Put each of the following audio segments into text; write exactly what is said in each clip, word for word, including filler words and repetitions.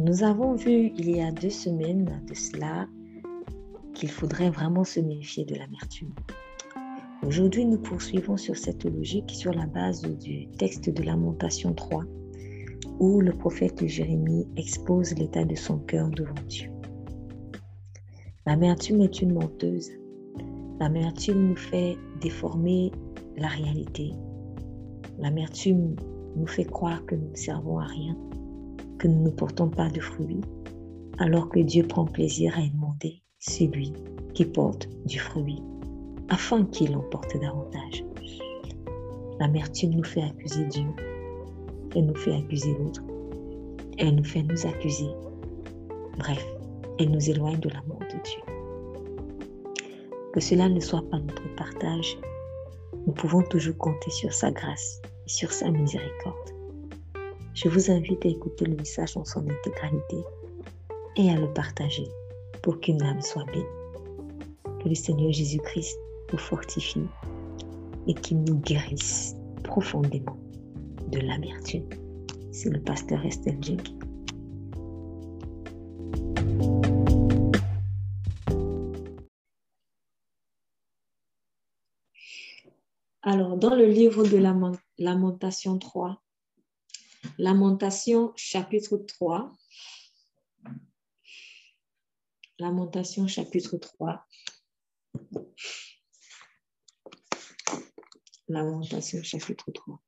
Nous avons vu il y a deux semaines de cela qu'il faudrait vraiment se méfier de l'amertume. Aujourd'hui, nous poursuivons sur cette logique sur la base du texte de Lamentation trois, où le prophète Jérémie expose l'état de son cœur devant Dieu. L'amertume est une menteuse. L'amertume nous fait déformer la réalité. L'amertume nous fait croire que nous ne servons à rien, que nous ne portons pas de fruits, alors que Dieu prend plaisir à demander celui qui porte du fruit, afin qu'il en porte davantage. L'amertume nous fait accuser Dieu, elle nous fait accuser l'autre, elle nous fait nous accuser. Bref, elle nous éloigne de l'amour de Dieu. Que cela ne soit pas notre partage, nous pouvons toujours compter sur sa grâce et sur sa miséricorde. Je vous invite à écouter le message dans son intégralité et à le partager pour qu'une âme soit bénie. Que le Seigneur Jésus-Christ nous fortifie et qu'il nous guérisse profondément de l'amertume. C'est le pasteur Estelle Jake. Alors, dans le livre de Lamentation trois, Lamentation chapitre trois, Lamentation chapitre trois, Lamentation chapitre trois.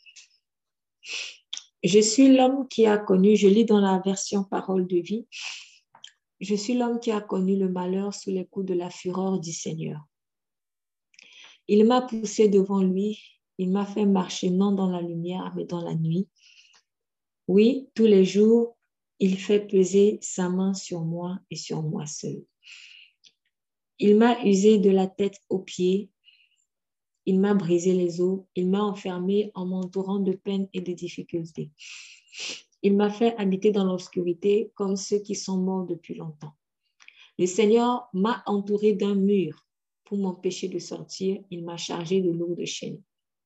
Je suis l'homme qui a connu, je lis dans la version Parole de vie, je suis l'homme qui a connu le malheur sous les coups de la fureur du Seigneur. Il m'a poussé devant lui, il m'a fait marcher non dans la lumière, mais dans la nuit. Oui, tous les jours, il fait peser sa main sur moi et sur moi seul. Il m'a usé de la tête aux pieds, il m'a brisé les os, il m'a enfermé en m'entourant de peines et de difficultés. Il m'a fait habiter dans l'obscurité comme ceux qui sont morts depuis longtemps. Le Seigneur m'a entouré d'un mur pour m'empêcher de sortir, il m'a chargé de lourdes chaînes.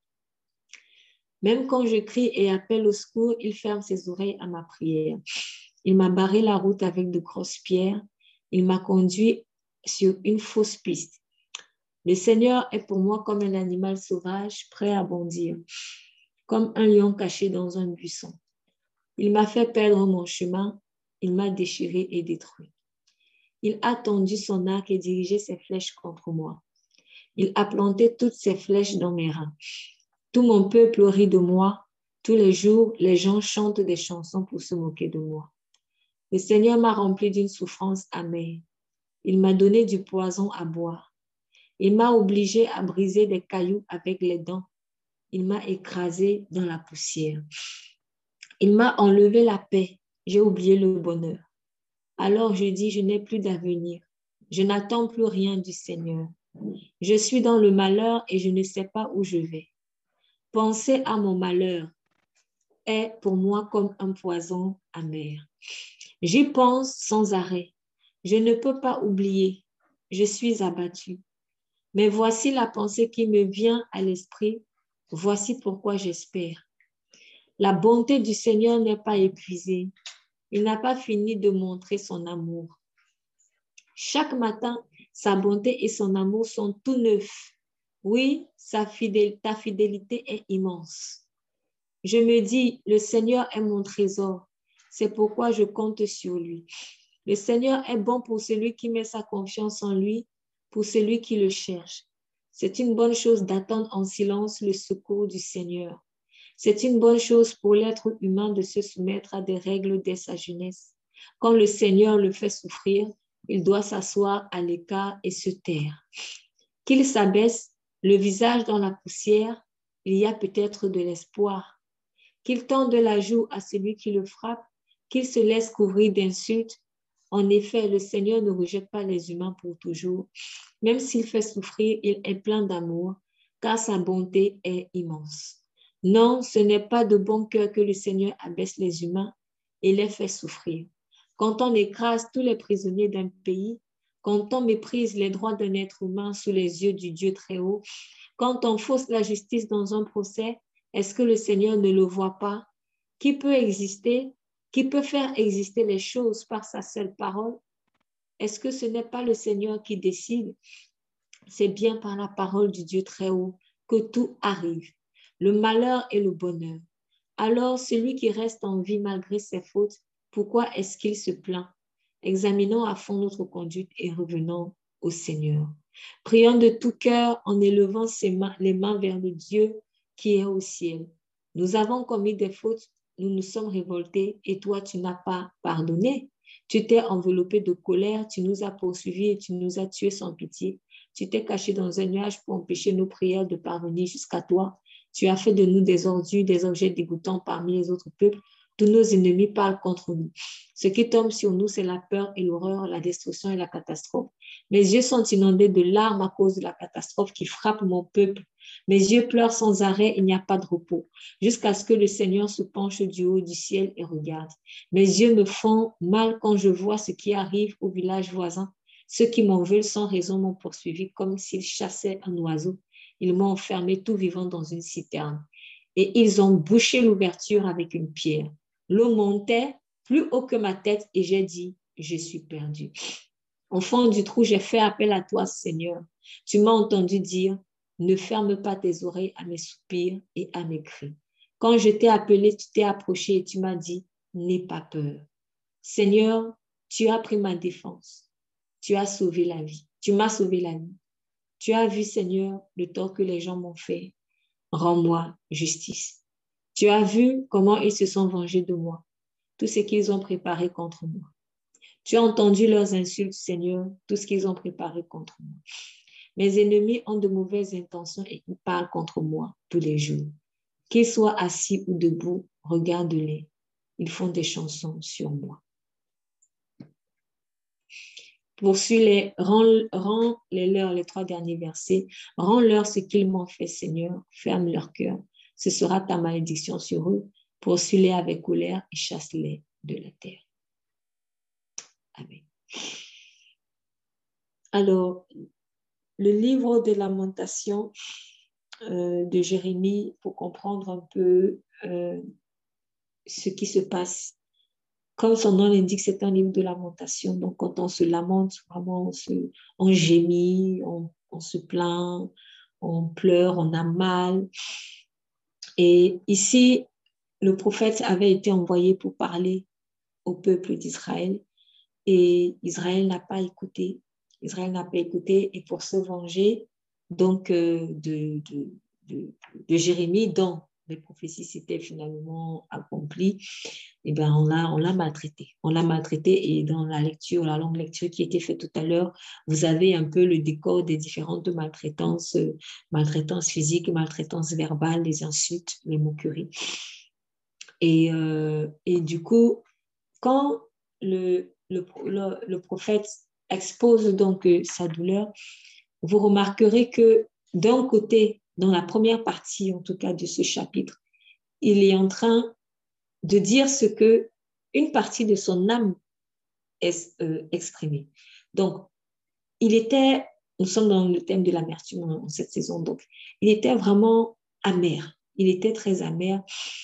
Même quand je crie et appelle au secours, il ferme ses oreilles à ma prière. Il m'a barré la route avec de grosses pierres. Il m'a conduit sur une fausse piste. Le Seigneur est pour moi comme un animal sauvage, prêt à bondir, comme un lion caché dans un buisson. Il m'a fait perdre mon chemin. Il m'a déchiré et détruit. Il a tendu son arc et dirigé ses flèches contre moi. Il a planté toutes ses flèches dans mes reins. Tout mon peuple rit de moi. Tous les jours, les gens chantent des chansons pour se moquer de moi. Le Seigneur m'a rempli d'une souffrance amère. Il m'a donné du poison à boire. Il m'a obligé à briser des cailloux avec les dents. Il m'a écrasé dans la poussière. Il m'a enlevé la paix. J'ai oublié le bonheur. Alors je dis, je n'ai plus d'avenir. Je n'attends plus rien du Seigneur. Je suis dans le malheur et je ne sais pas où je vais. Penser à mon malheur est pour moi comme un poison amer. J'y pense sans arrêt. Je ne peux pas oublier. Je suis abattue. Mais voici la pensée qui me vient à l'esprit. Voici pourquoi j'espère. La bonté du Seigneur n'est pas épuisée. Il n'a pas fini de montrer son amour. Chaque matin, sa bonté et son amour sont tout neufs. Oui, sa fidélité, ta fidélité est immense. Je me dis, le Seigneur est mon trésor. C'est pourquoi je compte sur lui. Le Seigneur est bon pour celui qui met sa confiance en lui, pour celui qui le cherche. C'est une bonne chose d'attendre en silence le secours du Seigneur. C'est une bonne chose pour l'être humain de se soumettre à des règles dès sa jeunesse. Quand le Seigneur le fait souffrir, il doit s'asseoir à l'écart et se taire. Qu'il s'abaisse, le visage dans la poussière, il y a peut-être de l'espoir. Qu'il tende la joue à celui qui le frappe, qu'il se laisse couvrir d'insultes. En effet, le Seigneur ne rejette pas les humains pour toujours. Même s'il fait souffrir, il est plein d'amour, car sa bonté est immense. Non, ce n'est pas de bon cœur que le Seigneur abaisse les humains et les fait souffrir. Quand on écrase tous les prisonniers d'un pays, quand on méprise les droits d'un être humain sous les yeux du Dieu très haut, quand on fausse la justice dans un procès, est-ce que le Seigneur ne le voit pas? Qui peut exister? qui peut faire exister les choses par sa seule parole? Est-ce que ce n'est pas le Seigneur qui décide? C'est bien par la parole du Dieu très haut que tout arrive, le malheur et le bonheur. Alors, celui qui reste en vie malgré ses fautes, pourquoi est-ce qu'il se plaint? Examinons à fond notre conduite et revenons au Seigneur. Prions de tout cœur en élevant ses mains, les mains vers le Dieu qui est au ciel. Nous avons commis des fautes, nous nous sommes révoltés et toi, tu n'as pas pardonné. Tu t'es enveloppé de colère, tu nous as poursuivis et tu nous as tués sans pitié. Tu t'es caché dans un nuage pour empêcher nos prières de parvenir jusqu'à toi. Tu as fait de nous des ordures, des objets dégoûtants parmi les autres peuples. Tous nos ennemis parlent contre nous. Ce qui tombe sur nous, c'est la peur et l'horreur, la destruction et la catastrophe. Mes yeux sont inondés de larmes à cause de la catastrophe qui frappe mon peuple. Mes yeux pleurent sans arrêt, il n'y a pas de repos, jusqu'à ce que le Seigneur se penche du haut du ciel et regarde. Mes yeux me font mal quand je vois ce qui arrive au village voisin. Ceux qui m'en veulent sans raison m'ont poursuivi comme s'ils chassaient un oiseau. Ils m'ont enfermé tout vivant dans une citerne. Et ils ont bouché l'ouverture avec une pierre. L'eau montait plus haut que ma tête et j'ai dit, je suis perdu. Au fond du trou, j'ai fait appel à toi, Seigneur. Tu m'as entendu dire, ne ferme pas tes oreilles à mes soupirs et à mes cris. Quand je t'ai appelé, tu t'es approché et tu m'as dit, n'aie pas peur. Seigneur, tu as pris ma défense. Tu as sauvé la vie. Tu m'as sauvé la vie. Tu as vu, Seigneur, le tort que les gens m'ont fait. Rends-moi justice. Tu as vu comment ils se sont vengés de moi, tout ce qu'ils ont préparé contre moi. Tu as entendu leurs insultes, Seigneur, tout ce qu'ils ont préparé contre moi. Mes ennemis ont de mauvaises intentions et ils parlent contre moi tous les jours. Qu'ils soient assis ou debout, regarde-les. Ils font des chansons sur moi. Poursuis-les, rends-les rends leurs, les trois derniers versets. Rends-leur ce qu'ils m'ont fait, Seigneur. Ferme leur cœur. Ce sera ta malédiction sur eux. Poursuis-les avec colère et chasse-les de la terre. Amen. Alors, le livre de Lamentations euh, de Jérémie, pour comprendre un peu euh, ce qui se passe. Comme son nom l'indique, c'est un livre de lamentation. Donc, quand on se lamente, vraiment, on, se, on gémit, on, on se plaint, on pleure, on a mal. Et ici, le prophète avait été envoyé pour parler au peuple d'Israël. Et Israël n'a pas écouté. Israël n'a pas écouté. Et pour se venger donc, euh, de, de, de, de Jérémie, dont les prophéties s'étaient finalement accomplies, eh ben, on l'a on l'a maltraité. On l'a maltraité et dans la lecture, la longue lecture qui a été faite tout à l'heure, vous avez un peu le décor des différentes maltraitances, euh, maltraitances physiques, maltraitances verbales, les insultes, les moqueries. Et, euh, et du coup, quand le, le, le, le prophète expose donc euh, sa douleur, vous remarquerez que d'un côté, dans la première partie en tout cas de ce chapitre, il est en train de dire ce que une partie de son âme est euh, exprimée. Donc, il était, nous sommes dans le thème de l'amertume en cette saison, donc il était vraiment amer. Il était très amer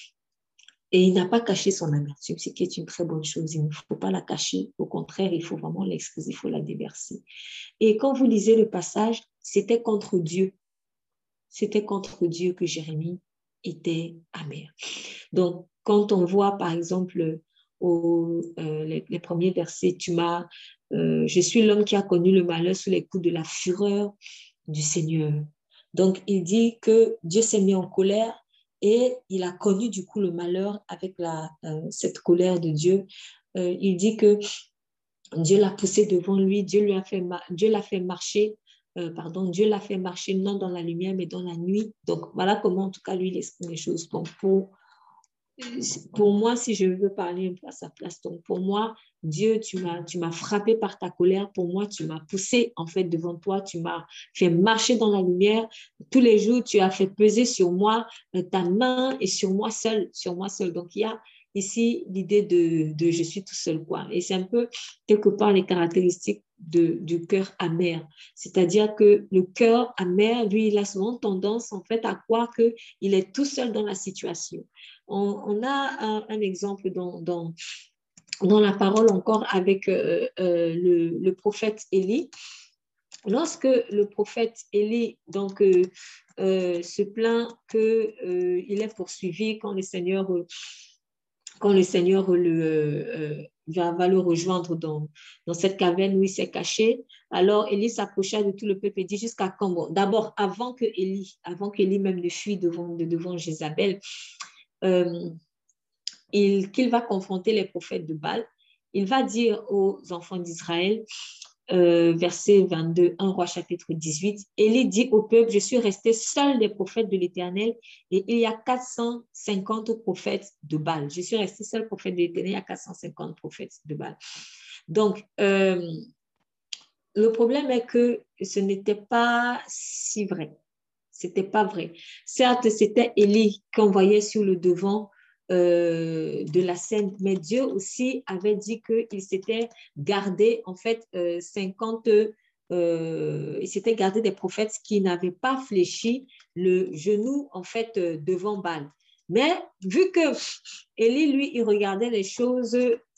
et il n'a pas caché son amertume, ce qui est une très bonne chose. Il ne faut pas la cacher. Au contraire, il faut vraiment l'excuser, il faut la déverser. Et quand vous lisez le passage, c'était contre Dieu. C'était contre Dieu que Jérémie était amer. Donc, quand on voit, par exemple, au, euh, les, les premiers versets, tu m'as, euh, je suis l'homme qui a connu le malheur sous les coups de la fureur du Seigneur. Donc, il dit que Dieu s'est mis en colère et il a connu du coup le malheur avec la, euh, cette colère de Dieu. Euh, il dit que Dieu l'a poussé devant lui, Dieu lui a fait, Dieu l'a fait marcher. Euh, pardon, Dieu l'a fait marcher non dans la lumière, mais dans la nuit. Donc, voilà comment, en tout cas, lui, il exprime les choses. Donc, pour, pour moi, si je veux parler un peu à sa place, donc, pour moi, Dieu, tu m'as, tu m'as frappé par ta colère. Pour moi, tu m'as poussé, en fait, devant toi. Tu m'as fait marcher dans la lumière. Tous les jours, tu as fait peser sur moi euh, ta main et sur moi seul, sur moi seul. Donc, il y a, ici l'idée de, de je suis tout seul, quoi. Et c'est un peu quelque part les caractéristiques de, du cœur amer. C'est-à-dire que le cœur amer, lui, il a souvent tendance en fait à croire qu'il est tout seul dans la situation. On, on a un, un exemple dans, dans, dans la parole encore avec euh, euh, le, le prophète Élie. Lorsque le prophète Élie donc, euh, euh, se plaint qu'il euh, est poursuivi quand le Seigneur, euh, quand le Seigneur le, euh, va, va le rejoindre dans, dans cette caverne où il s'est caché, alors Élie s'approcha de tout le peuple et dit jusqu'à quand? Bon, d'abord, avant que Élie, avant qu'Élie même ne fuit devant, de, devant Jézabel, euh, il, qu'il va confronter les prophètes de Baal, il va dire aux enfants d'Israël, Euh, verset vingt-deux, un roi chapitre dix-huit, Élie dit au peuple, je suis resté seul des prophètes de l'Éternel et il y a quatre cent cinquante prophètes de Baal. Je suis resté seul prophète de l'Éternel, il y a quatre cent cinquante prophètes de Baal. Donc, euh, le problème est que ce n'était pas si vrai. C'était pas vrai. Certes, c'était Élie qu'on voyait sur le devant euh, de la scène, mais Dieu aussi avait dit qu'il s'était gardé, en fait, euh, cinquante, euh, il s'était gardé des prophètes qui n'avaient pas fléchi le genou, en fait, euh, devant Baal. Mais vu que Élie, lui, il regardait les choses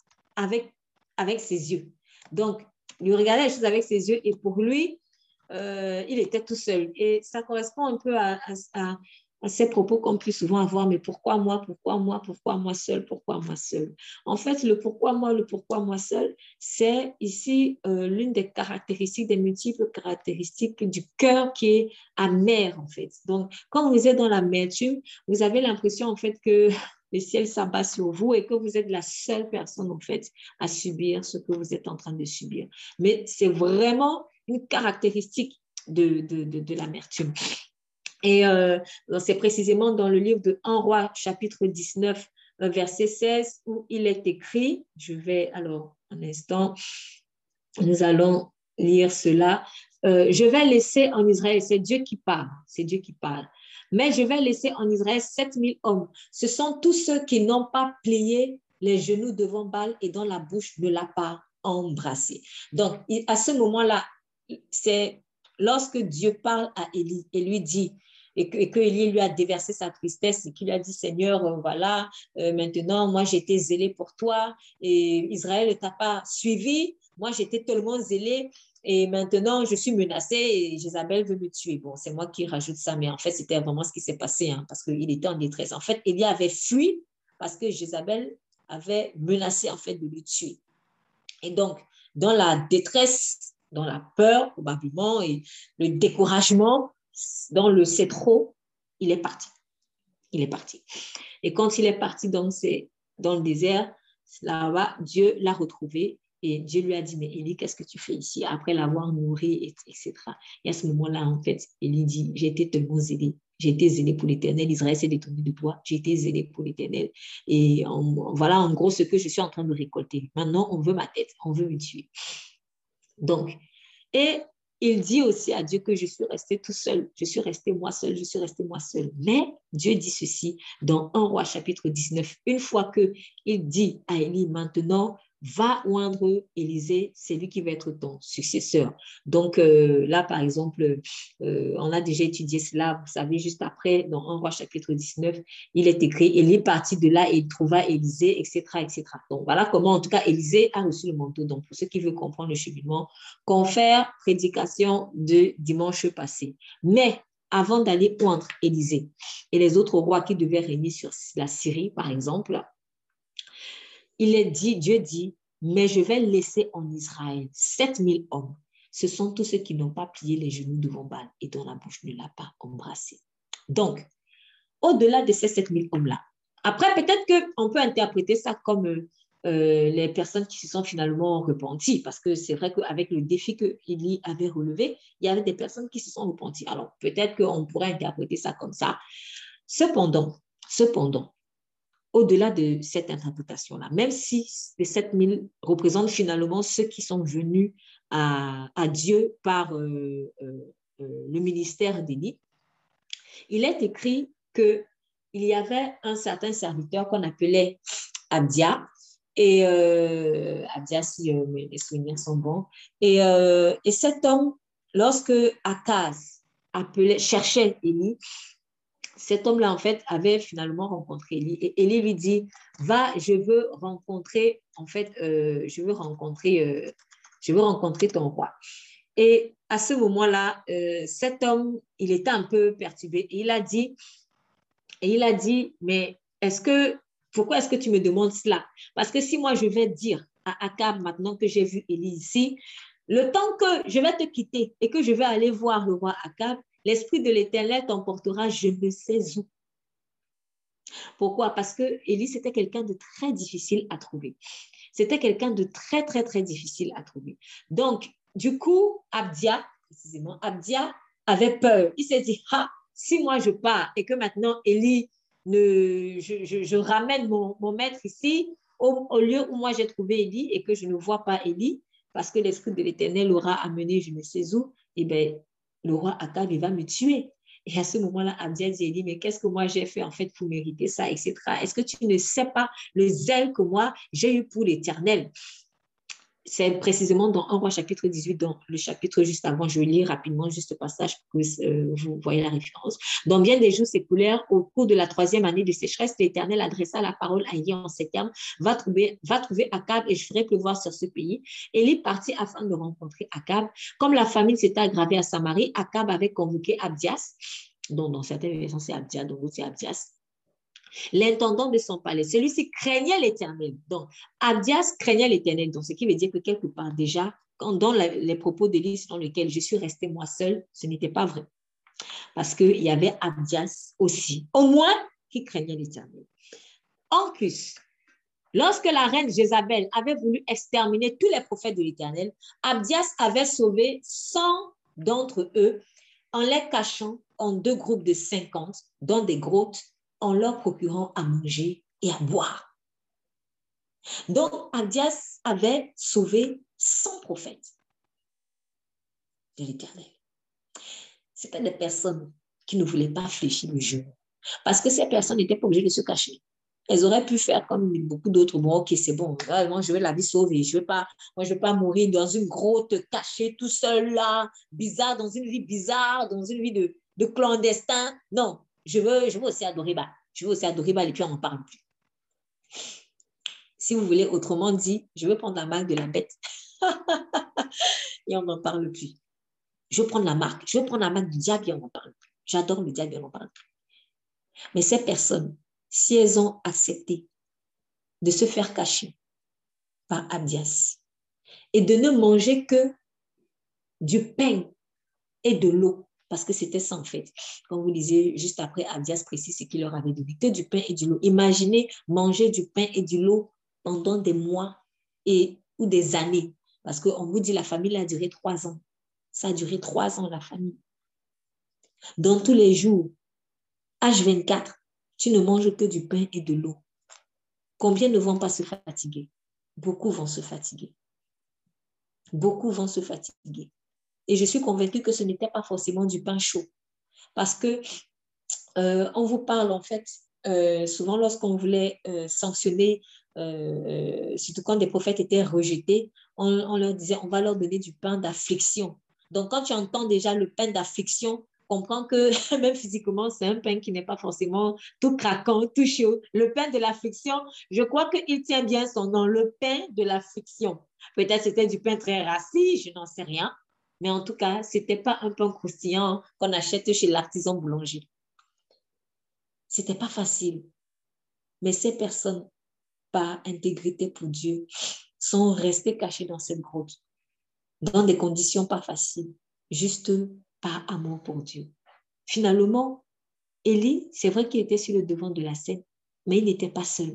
avec, avec ses yeux. Donc, il regardait les choses avec ses yeux et pour lui, euh, il était tout seul. Et ça correspond un peu à, à, à ces propos qu'on peut souvent avoir, mais pourquoi moi, pourquoi moi, pourquoi moi seul, pourquoi moi seul. En fait, le pourquoi moi, le pourquoi moi seul, c'est ici euh, l'une des caractéristiques, des multiples caractéristiques du cœur qui est amer, en fait. Donc, quand vous êtes dans l'amertume, vous avez l'impression, en fait, que le ciel s'abat sur vous et que vous êtes la seule personne, en fait, à subir ce que vous êtes en train de subir. Mais c'est vraiment une caractéristique de, de, de, de l'amertume. Et euh, c'est précisément dans le livre de un roi, chapitre dix-neuf, verset seize, où il est écrit, je vais alors un instant, nous allons lire cela. Euh, je vais laisser en Israël, c'est Dieu qui parle, c'est Dieu qui parle. Mais je vais laisser en Israël sept mille hommes. Ce sont tous ceux qui n'ont pas plié les genoux devant Baal et dont la bouche ne l'a pas embrassé. Donc, à ce moment-là, c'est lorsque Dieu parle à Élie et lui dit, et que, et que Élie lui a déversé sa tristesse et qu'il lui a dit, Seigneur, euh, voilà, euh, maintenant, moi, j'étais zélé pour toi et Israël ne t'a pas suivi. Moi, j'étais tellement zélé et maintenant, je suis menacée et Jézabel veut me tuer. Bon, c'est moi qui rajoute ça, mais en fait, c'était vraiment ce qui s'est passé hein, parce qu'il était en détresse. En fait, Élie avait fui parce que Jézabel avait menacé en fait de le tuer. Et donc, dans la détresse, dans la peur probablement et le découragement, dans le c'est trop, il est parti. Il est parti. Et quand il est parti dans, ces, dans le désert, là-bas, Dieu l'a retrouvé et Dieu lui a dit, mais Élie, qu'est-ce que tu fais ici après l'avoir nourri, et cetera. Et à ce moment-là, en fait, Élie dit, j'ai été tellement zélé. J'ai été zélé pour l'Éternel. Israël s'est détourné de toi. J'ai été zélé pour l'Éternel. Et en, voilà en gros ce que je suis en train de récolter. Maintenant, on veut ma tête. On veut me tuer. Donc, et il dit aussi à Dieu que je suis resté tout seul. Je suis resté moi seul. Je suis resté moi seul. Mais Dieu dit ceci dans un roi chapitre dix-neuf. Une fois qu'il dit à Élie, maintenant, va oindre Élisée, c'est lui qui va être ton successeur. Donc euh, là, par exemple, euh, on a déjà étudié cela, vous savez, juste après, dans un roi chapitre dix-neuf, il est écrit, il est parti de là et il trouva Élisée, et cetera, et cetera. Donc voilà comment, en tout cas, Élisée a reçu le manteau. Donc pour ceux qui veulent comprendre le cheminement, confère prédication de dimanche passé. Mais avant d'aller oindre Élisée et les autres rois qui devaient régner sur la Syrie, par exemple, il est dit, Dieu dit, mais je vais laisser en Israël sept mille hommes. Ce sont tous ceux qui n'ont pas plié les genoux devant Baal et dont la bouche ne l'a pas embrassé. Donc, au-delà de ces sept mille hommes-là, après, peut-être qu'on peut interpréter ça comme euh, les personnes qui se sont finalement repenties, parce que c'est vrai qu'avec le défi qu'Élie avait relevé, il y avait des personnes qui se sont repenties. Alors, peut-être qu'on pourrait interpréter ça comme ça. Cependant, cependant, au-delà de cette interprétation-là, même si les sept mille représentent finalement ceux qui sont venus à, à Dieu par euh, euh, le ministère d'Élie, il est écrit qu'il y avait un certain serviteur qu'on appelait Abdia. Et euh, Abdia, si euh, mes souvenirs sont bons. Et, euh, et cet homme, lorsque Akaz appelait, cherchait Élie, cet homme-là, en fait, avait finalement rencontré Élie. Et Élie lui dit, va, je veux rencontrer, en fait, euh, je veux rencontrer, euh, je veux rencontrer ton roi. Et à ce moment-là, euh, cet homme, il était un peu perturbé. Et il a dit, et il a dit, mais est-ce que, pourquoi est-ce que tu me demandes cela? Parce que si moi, je vais dire à Akab, maintenant que j'ai vu Élie ici, le temps que je vais te quitter et que je vais aller voir le roi Akab, l'Esprit de l'Éternel t'emportera je ne sais où. Pourquoi? Parce que Élie, c'était quelqu'un de très difficile à trouver. C'était quelqu'un de très, très, très difficile à trouver. Donc, du coup, Abdia, précisément, Abdia avait peur. Il s'est dit, ah, si moi je pars et que maintenant Élie, ne, je, je, je ramène mon, mon maître ici, au, au lieu où moi j'ai trouvé Élie et que je ne vois pas Élie, parce que l'Esprit de l'Éternel l'aura amené je ne sais où, eh bien, le roi Akab, il va me tuer. Et à ce moment-là, Abdia dit, mais qu'est-ce que moi j'ai fait en fait pour mériter ça, et cetera. Est-ce que tu ne sais pas le zèle que moi j'ai eu pour l'Éternel? C'est précisément dans un roi chapitre dix-huit, dans le chapitre juste avant, je lis rapidement juste le passage pour que euh, vous voyez la référence. Dans bien des jours séculaires, au cours de la troisième année de sécheresse, l'Éternel adressa la parole à Élie en ces termes, va trouver, va trouver Akab et je ferai pleuvoir sur ce pays. Élie partit afin de rencontrer Akab. Comme la famine s'était aggravée à Samarie, Akab avait convoqué Abdias, dont dans certaines versions c'est Abdia, donc c'est Abdias, l'intendant de son palais. Celui-ci craignait l'Éternel. Donc, Abdias craignait l'Éternel. Donc, ce qui veut dire que quelque part déjà, quand dans la, les propos d'Élise dans lesquels je suis restée moi seule, ce n'était pas vrai. Parce qu'il y avait Abdias aussi, au moins, qui craignait l'Éternel. En plus, lorsque la reine Jézabel avait voulu exterminer tous les prophètes de l'Éternel, Abdias avait sauvé cent d'entre eux en les cachant en deux groupes de cinquante dans des grottes, en leur procurant à manger et à boire. Donc, Abdias avait sauvé cent prophètes de l'Éternel. C'était des personnes qui ne voulaient pas fléchir le genou. Parce que ces personnes n'étaient pas obligées de se cacher. Elles auraient pu faire comme beaucoup d'autres. Bon, ok, c'est bon. Moi, je veux la vie sauvée. Je veux pas, moi, je ne veux pas mourir dans une grotte cachée tout seul là, bizarre, dans une vie bizarre, dans une vie de, de clandestin. Non, je veux, je veux aussi adorer Baal. Je veux aussi adorer Baal et puis on n'en parle plus. Si vous voulez, autrement dit, je veux prendre la marque de la bête et on n'en parle plus. Je veux prendre la marque. Je veux prendre la marque du diable et on n'en parle plus. J'adore le diable et on n'en parle plus. Mais ces personnes, si elles ont accepté de se faire cacher par Abdias et de ne manger que du pain et de l'eau, parce que c'était ça en fait. Comme vous disiez, juste après, Abdias précise ce qu'il leur avait donné, que du pain et de l'eau. Imaginez manger du pain et de l'eau pendant des mois et, ou des années, parce qu'on vous dit la famille a duré trois ans. Ça a duré trois ans, la famille. Dans tous les jours, H vingt-quatre, tu ne manges que du pain et de l'eau. Combien ne vont pas se fatiguer? Beaucoup vont se fatiguer. Beaucoup vont se fatiguer. Et je suis convaincue que ce n'était pas forcément du pain chaud. Parce que euh, on vous parle en fait, euh, souvent lorsqu'on voulait euh, sanctionner, euh, surtout quand des prophètes étaient rejetés, on, on leur disait on va leur donner du pain d'affliction. Donc quand tu entends déjà le pain d'affliction, comprends que même physiquement, c'est un pain qui n'est pas forcément tout craquant, tout chaud. Le pain de l'affliction, je crois qu'il tient bien son nom, le pain de l'affliction. Peut-être c'était du pain très rassis, je n'en sais rien. Mais en tout cas, ce n'était pas un pain croustillant qu'on achète chez l'artisan boulanger. Ce n'était pas facile. Mais ces personnes, par intégrité pour Dieu, sont restées cachées dans cette grotte, dans des conditions pas faciles, juste par amour pour Dieu. Finalement, Élie, c'est vrai qu'il était sur le devant de la scène, mais il n'était pas seul.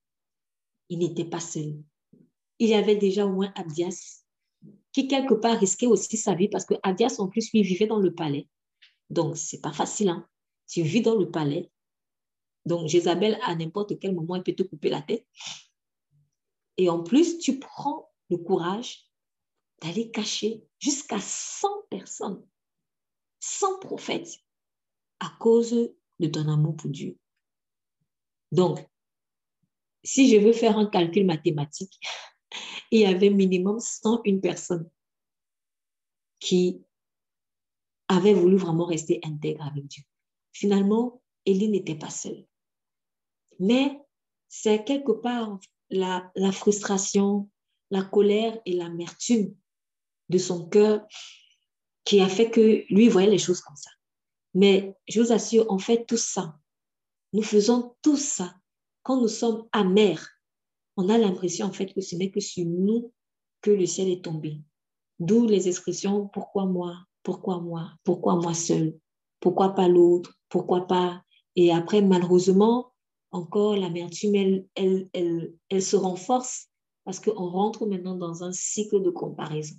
Il n'était pas seul. Il y avait déjà au moins Abdias, qui quelque part risquait aussi sa vie parce que Abdias, en plus, lui, vivait dans le palais. Donc, ce n'est pas facile. Hein? Tu vis dans le palais. Donc, Jézabel, à n'importe quel moment, elle peut te couper la tête. Et en plus, tu prends le courage d'aller cacher jusqu'à cent personnes, cent prophètes, à cause de ton amour pour Dieu. Donc, si je veux faire un calcul mathématique, il y avait minimum cent une personnes qui avaient voulu vraiment rester intègres avec Dieu. Finalement, Élie n'était pas seule. Mais c'est quelque part la, la frustration, la colère et l'amertume de son cœur qui a fait que lui voyait les choses comme ça. Mais je vous assure, on fait tout ça. Nous faisons tout ça. Quand nous sommes amers, on a l'impression en fait que ce n'est que sur nous que le ciel est tombé. D'où les expressions « pourquoi moi? Pourquoi moi? Pourquoi moi seul? Pourquoi pas l'autre? Pourquoi pas ?» Et après, malheureusement, encore l'amertume, elle, elle, elle, elle se renforce parce qu'on rentre maintenant dans un cycle de comparaison.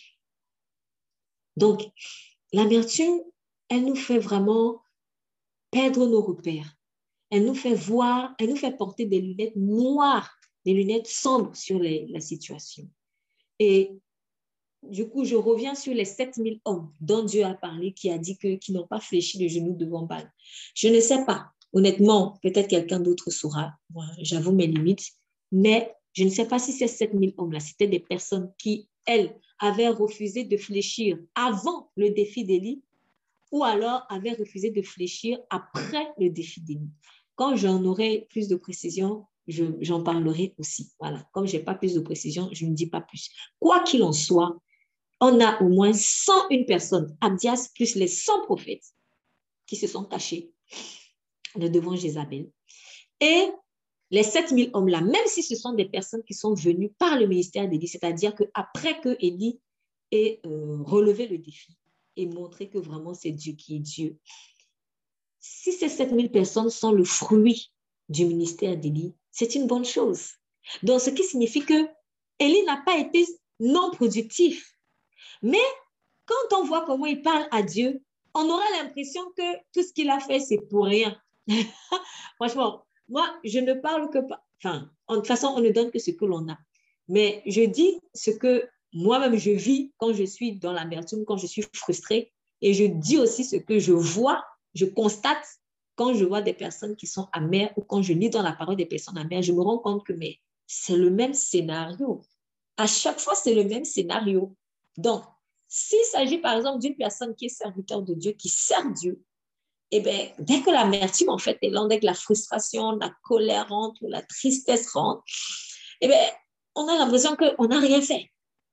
Donc, l'amertume, elle nous fait vraiment perdre nos repères. Elle nous fait voir, elle nous fait porter des lunettes noires, des lunettes sombres sur les, la situation. Et du coup, je reviens sur les sept mille hommes dont Dieu a parlé, qui a dit que, qui n'ont pas fléchi le genou devant Baal. Je ne sais pas, honnêtement, peut-être quelqu'un d'autre saura, moi, j'avoue mes limites, mais je ne sais pas si ces sept mille hommes-là, c'était des personnes qui, elles, avaient refusé de fléchir avant le défi d'Élie, ou alors avaient refusé de fléchir après le défi d'Élie. Quand j'en aurai plus de précision, je, j'en parlerai aussi. Voilà. Comme je n'ai pas plus de précision, je ne dis pas plus. Quoi qu'il en soit, on a au moins cent une personnes, Abdias plus les cent prophètes qui se sont cachés devant Jézabel. Et les sept mille hommes-là, même si ce sont des personnes qui sont venues par le ministère d'Élie, c'est-à-dire qu'après que Élie ait euh, relevé le défi et montré que vraiment c'est Dieu qui est Dieu, si ces sept mille personnes sont le fruit du ministère d'Élie, c'est une bonne chose. Donc, ce qui signifie que Élie n'a pas été non productif. Mais quand on voit comment il parle à Dieu, on aura l'impression que tout ce qu'il a fait, c'est pour rien. Franchement, moi, je ne parle que pas. Enfin, de toute façon, on ne donne que ce que l'on a. Mais je dis ce que moi-même je vis quand je suis dans l'amertume, quand je suis frustrée. Et je dis aussi ce que je vois, je constate quand je vois des personnes qui sont amères ou quand je lis dans la parole des personnes amères, je me rends compte que mais c'est le même scénario. À chaque fois, c'est le même scénario. Donc, s'il s'agit par exemple d'une personne qui est serviteur de Dieu, qui sert Dieu, eh bien, dès que l'amertume en fait est là, dès que la frustration, la colère rentre, la tristesse rentre, eh bien, on a l'impression qu'on n'a rien fait.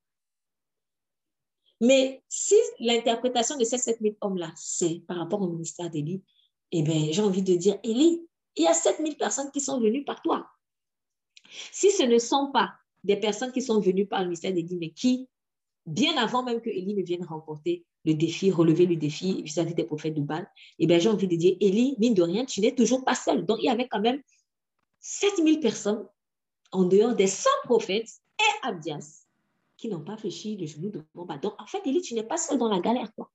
Mais si l'interprétation de ces sept mille hommes-là, c'est par rapport au ministère d'Élie, eh bien, j'ai envie de dire, Élie, il y a sept mille personnes qui sont venues par toi. Si ce ne sont pas des personnes qui sont venues par le ministère d'Élie, mais qui, bien avant même que Élie ne vienne remporter le défi, relever le défi vis-à-vis des prophètes de Baal, eh bien, j'ai envie de dire, Élie, mine de rien, tu n'es toujours pas seul. Donc, il y avait quand même sept mille personnes en dehors des cent prophètes et Abdias qui n'ont pas fléchi le genou devant Baal. Donc, en fait, Élie, tu n'es pas seul dans la galère, quoi.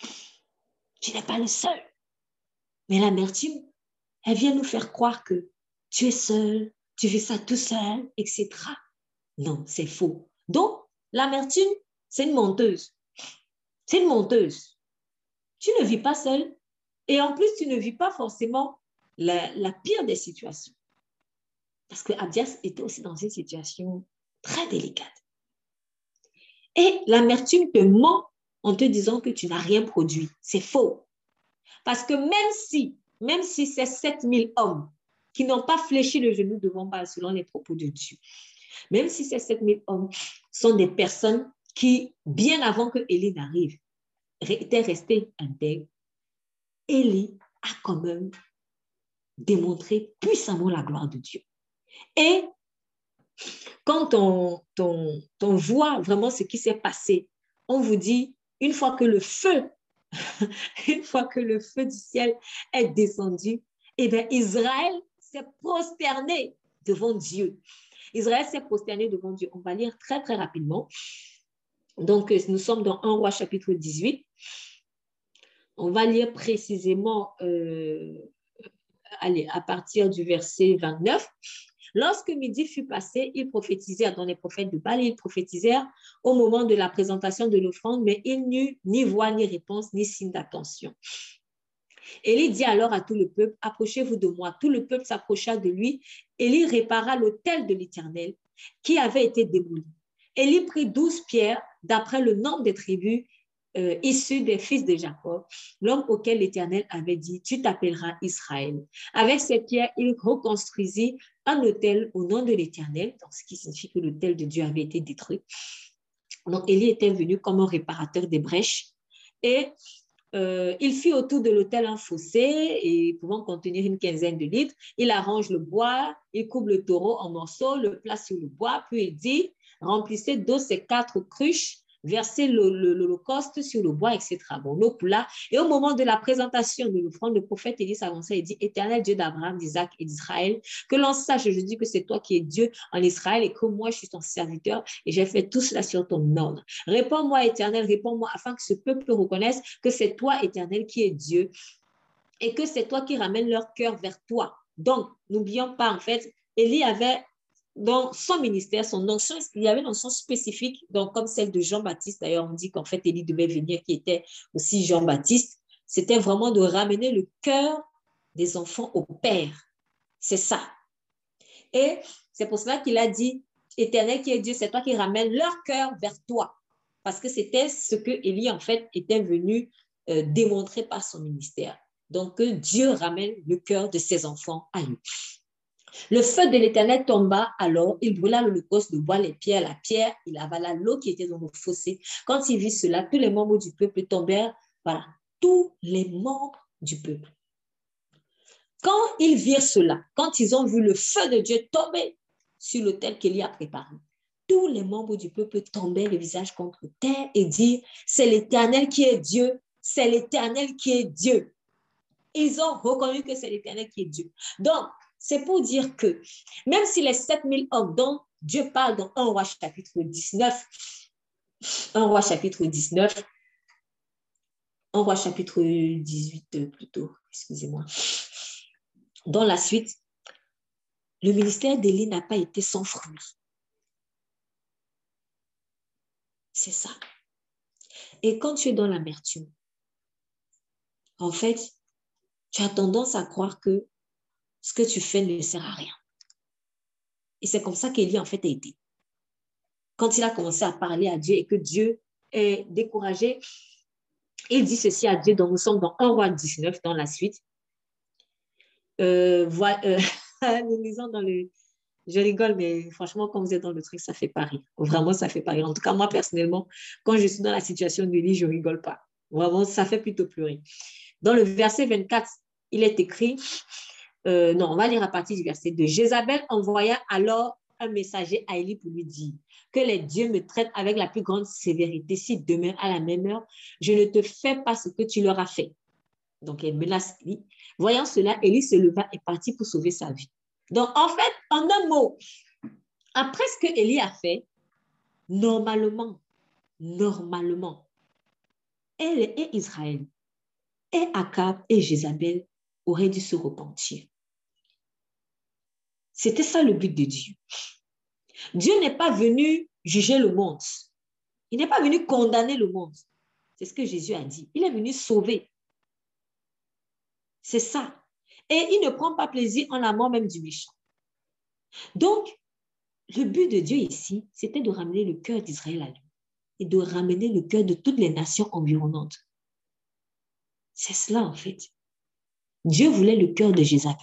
Tu n'es pas le seul. Mais l'amertume, elle vient nous faire croire que tu es seul, tu fais ça tout seul, et cetera. Non, c'est faux. Donc, l'amertume, c'est une menteuse. C'est une menteuse. Tu ne vis pas seul et en plus, tu ne vis pas forcément la, la pire des situations. Parce que Abdias était aussi dans une situation très délicate. Et l'amertume te ment en te disant que tu n'as rien produit. C'est faux. Parce que même si, même si ces sept mille hommes qui n'ont pas fléchi le genou devant Baal selon les propos de Dieu, même si ces sept mille hommes sont des personnes qui, bien avant que Élie n'arrive, étaient restés intègres, Élie a quand même démontré puissamment la gloire de Dieu. Et quand on, on, on voit vraiment ce qui s'est passé, on vous dit, une fois que le feu, une fois que le feu du ciel est descendu, eh bien, Israël s'est prosterné devant Dieu. Israël s'est prosterné devant Dieu. On va lire très, très rapidement. Donc, nous sommes dans un roi chapitre dix-huit. On va lire précisément euh, allez, à partir du verset vingt-neuf. Lorsque midi fut passé, ils prophétisèrent, dans les prophètes de Baal, ils prophétisèrent au moment de la présentation de l'offrande, mais il n'y eut ni voix, ni réponse, ni signe d'attention. Élie dit alors à tout le peuple, approchez-vous de moi. Tout le peuple s'approcha de lui. Élie répara l'autel de l'Éternel qui avait été démoli. Élie prit douze pierres d'après le nombre des tribus euh, issues des fils de Jacob, l'homme auquel l'Éternel avait dit, tu t'appelleras Israël. Avec ces pierres, il reconstruisit un autel au nom de l'Éternel, ce qui signifie que l'autel de Dieu avait été détruit. Donc, Élie était venu comme un réparateur des brèches et Euh, il fit autour de l'autel un fossé et pouvant contenir une quinzaine de litres. Il arrange le bois, il coupe le taureau en morceaux, le place sur le bois, puis il dit, remplissez d'eau ces quatre cruches, versez l'holocauste sur le bois, et cetera. Bon, l'eau coula. Et au moment de la présentation de l'offrande, le prophète Élie s'avança et dit, Éternel Dieu d'Abraham, d'Isaac et d'Israël, que l'on sache aujourd'hui que c'est toi qui es Dieu en Israël et que moi je suis ton serviteur et j'ai fait tout cela sur ton ordre. Réponds-moi, Éternel, réponds-moi afin que ce peuple reconnaisse que c'est toi, Éternel, qui es Dieu et que c'est toi qui ramènes leur cœur vers toi. Donc, n'oublions pas, en fait, Élie avait dans son ministère, son onction, il y avait une onction spécifique, donc comme celle de Jean-Baptiste. D'ailleurs, on dit qu'en fait, Élie devait venir, qui était aussi Jean-Baptiste. C'était vraiment de ramener le cœur des enfants au Père. C'est ça. Et c'est pour cela qu'il a dit, Éternel qui est Dieu, c'est toi qui ramènes leur cœur vers toi. Parce que c'était ce que Élie, en fait, était venu euh, démontrer par son ministère. Donc, que Dieu ramène le cœur de ses enfants à lui. Le feu de l'Éternel tomba alors, il brûla l'holocauste de bois, les pierres, la pierre, il avala l'eau qui était dans le fossé. Quand il vit cela, tous les membres du peuple tombèrent, voilà, tous les membres du peuple. Quand ils virent cela, quand ils ont vu le feu de Dieu tomber sur l'autel qu'Élie a préparé, tous les membres du peuple tombaient le visage contre terre et dirent, c'est l'Éternel qui est Dieu, c'est l'Éternel qui est Dieu. Ils ont reconnu que c'est l'Éternel qui est Dieu. Donc, c'est pour dire que même si les sept mille hommes dont Dieu parle dans un roi chapitre dix-neuf, un roi chapitre dix-neuf, un roi chapitre dix-huit plutôt, excusez-moi, dans la suite, le ministère d'Élie n'a pas été sans fruit. C'est ça. Et quand tu es dans l'amertume, en fait, tu as tendance à croire que ce que tu fais ne sert à rien. Et c'est comme ça qu'Élie, en fait, a été. Quand il a commencé à parler à Dieu et que Dieu est découragé, il dit ceci à Dieu, donc nous sommes dans un roi dix-neuf, dans la suite. Euh, voilà, euh, nous lisons dans le... Je rigole, mais franchement, quand vous êtes dans le truc, ça fait pas rire. Vraiment, ça fait pas rire. En tout cas, moi, personnellement, quand je suis dans la situation d'Élie, je rigole pas. Vraiment, ça fait plutôt pleurer. Dans le verset vingt-quatre, il est écrit... Euh, non, on va lire à partir du verset deux. Jézabel envoya alors un messager à Élie pour lui dire que les dieux me traitent avec la plus grande sévérité si demain à la même heure, je ne te fais pas ce que tu leur as fait. Donc, elle menace Élie. Voyant cela, Élie se leva et partit pour sauver sa vie. Donc, en fait, en un mot, après ce que Élie a fait, normalement, normalement, elle et Israël, et Akab et Jézabel auraient dû se repentir. C'était ça le but de Dieu. Dieu n'est pas venu juger le monde. Il n'est pas venu condamner le monde. C'est ce que Jésus a dit. Il est venu sauver. C'est ça. Et il ne prend pas plaisir en la mort même du méchant. Donc, le but de Dieu ici, c'était de ramener le cœur d'Israël à lui et de ramener le cœur de toutes les nations environnantes. C'est cela, en fait. Dieu voulait le cœur de Jézabel.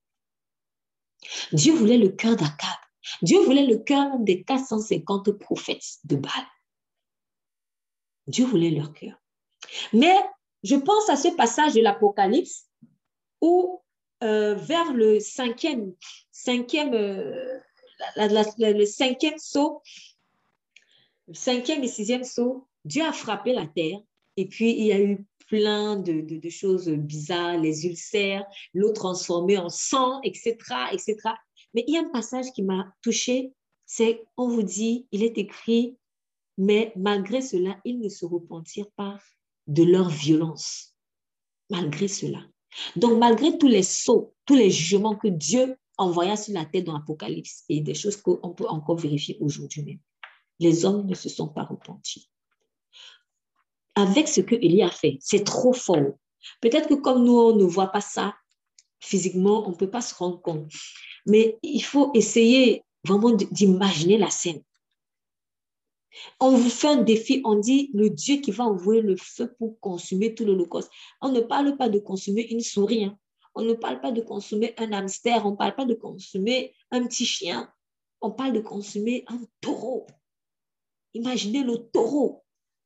Dieu voulait le cœur d'Akab. Dieu voulait le cœur des quatre cent cinquante prophètes de Baal. Dieu voulait leur cœur. Mais je pense à ce passage de l'Apocalypse où euh, vers le cinquième, cinquième, euh, la, la, la, le cinquième saut, le cinquième et sixième saut, Dieu a frappé la terre et puis il y a eu plein de, de, de choses bizarres, les ulcères, l'eau transformée en sang, et cetera, et cetera. Mais il y a un passage qui m'a touchée, c'est, on vous dit, il est écrit, mais malgré cela, ils ne se repentirent pas de leur violence. Malgré cela. Donc, malgré tous les sauts, tous les jugements que Dieu envoya sur la terre dans l'Apocalypse et des choses qu'on peut encore vérifier aujourd'hui même, les hommes ne se sont pas repentis. Avec ce que Élie a fait, c'est trop fort. Peut-être que comme nous, on ne voit pas ça physiquement, on ne peut pas se rendre compte. Mais il faut essayer vraiment d'imaginer la scène. On vous fait un défi, on dit le Dieu qui va envoyer le feu pour consumer tout l'Holocauste. On ne parle pas de consommer une souris, hein. On ne parle pas de consommer un hamster, on ne parle pas de consommer un petit chien. On parle de consommer un taureau. Imaginez le taureau.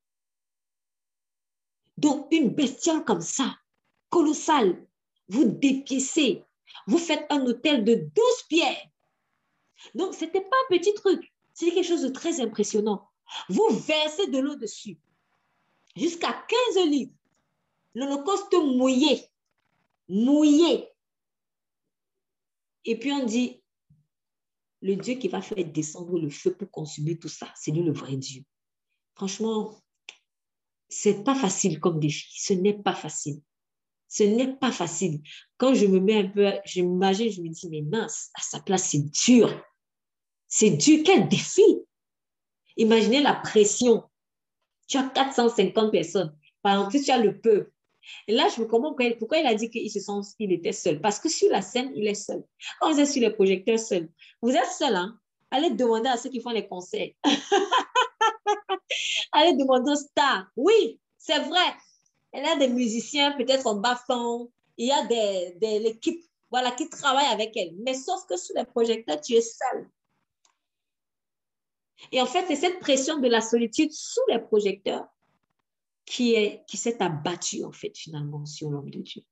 Donc, une bestiole comme ça, colossale, vous dépiécez, vous faites un hôtel de douze pierres. Donc, ce n'était pas un petit truc, c'est quelque chose de très impressionnant. Vous versez de l'eau dessus, jusqu'à quinze litres. L'Holocauste mouillé, mouillé. Et puis on dit, le Dieu qui va faire descendre le feu pour consumer tout ça, c'est lui le vrai Dieu. Franchement, c'est pas facile comme défi. Ce n'est pas facile. Ce n'est pas facile. Quand je me mets un peu, je m'imagine, je me dis, mais mince, à sa place, c'est dur. C'est dur. Quel défi! Imaginez la pression. Tu as quatre cent cinquante personnes. Par exemple, tu as le peuple. Et là, je me comprends pourquoi il a dit qu'il se sent, qu'il était seul. Parce que sur la scène, il est seul. Quand vous êtes sur les projecteurs seul, vous êtes seul, hein? Allez demander à ceux qui font les concerts. Allez demander aux stars. Oui, c'est vrai. Il y a des musiciens, peut-être en bas-fond. Il y a des, des, l'équipe voilà, qui travaille avec elle. Mais sauf que sur les projecteurs, tu es seul. Et en fait, c'est cette pression de la solitude sous les projecteurs qui est, qui s'est abattue, en fait, finalement, sur l'homme de Dieu.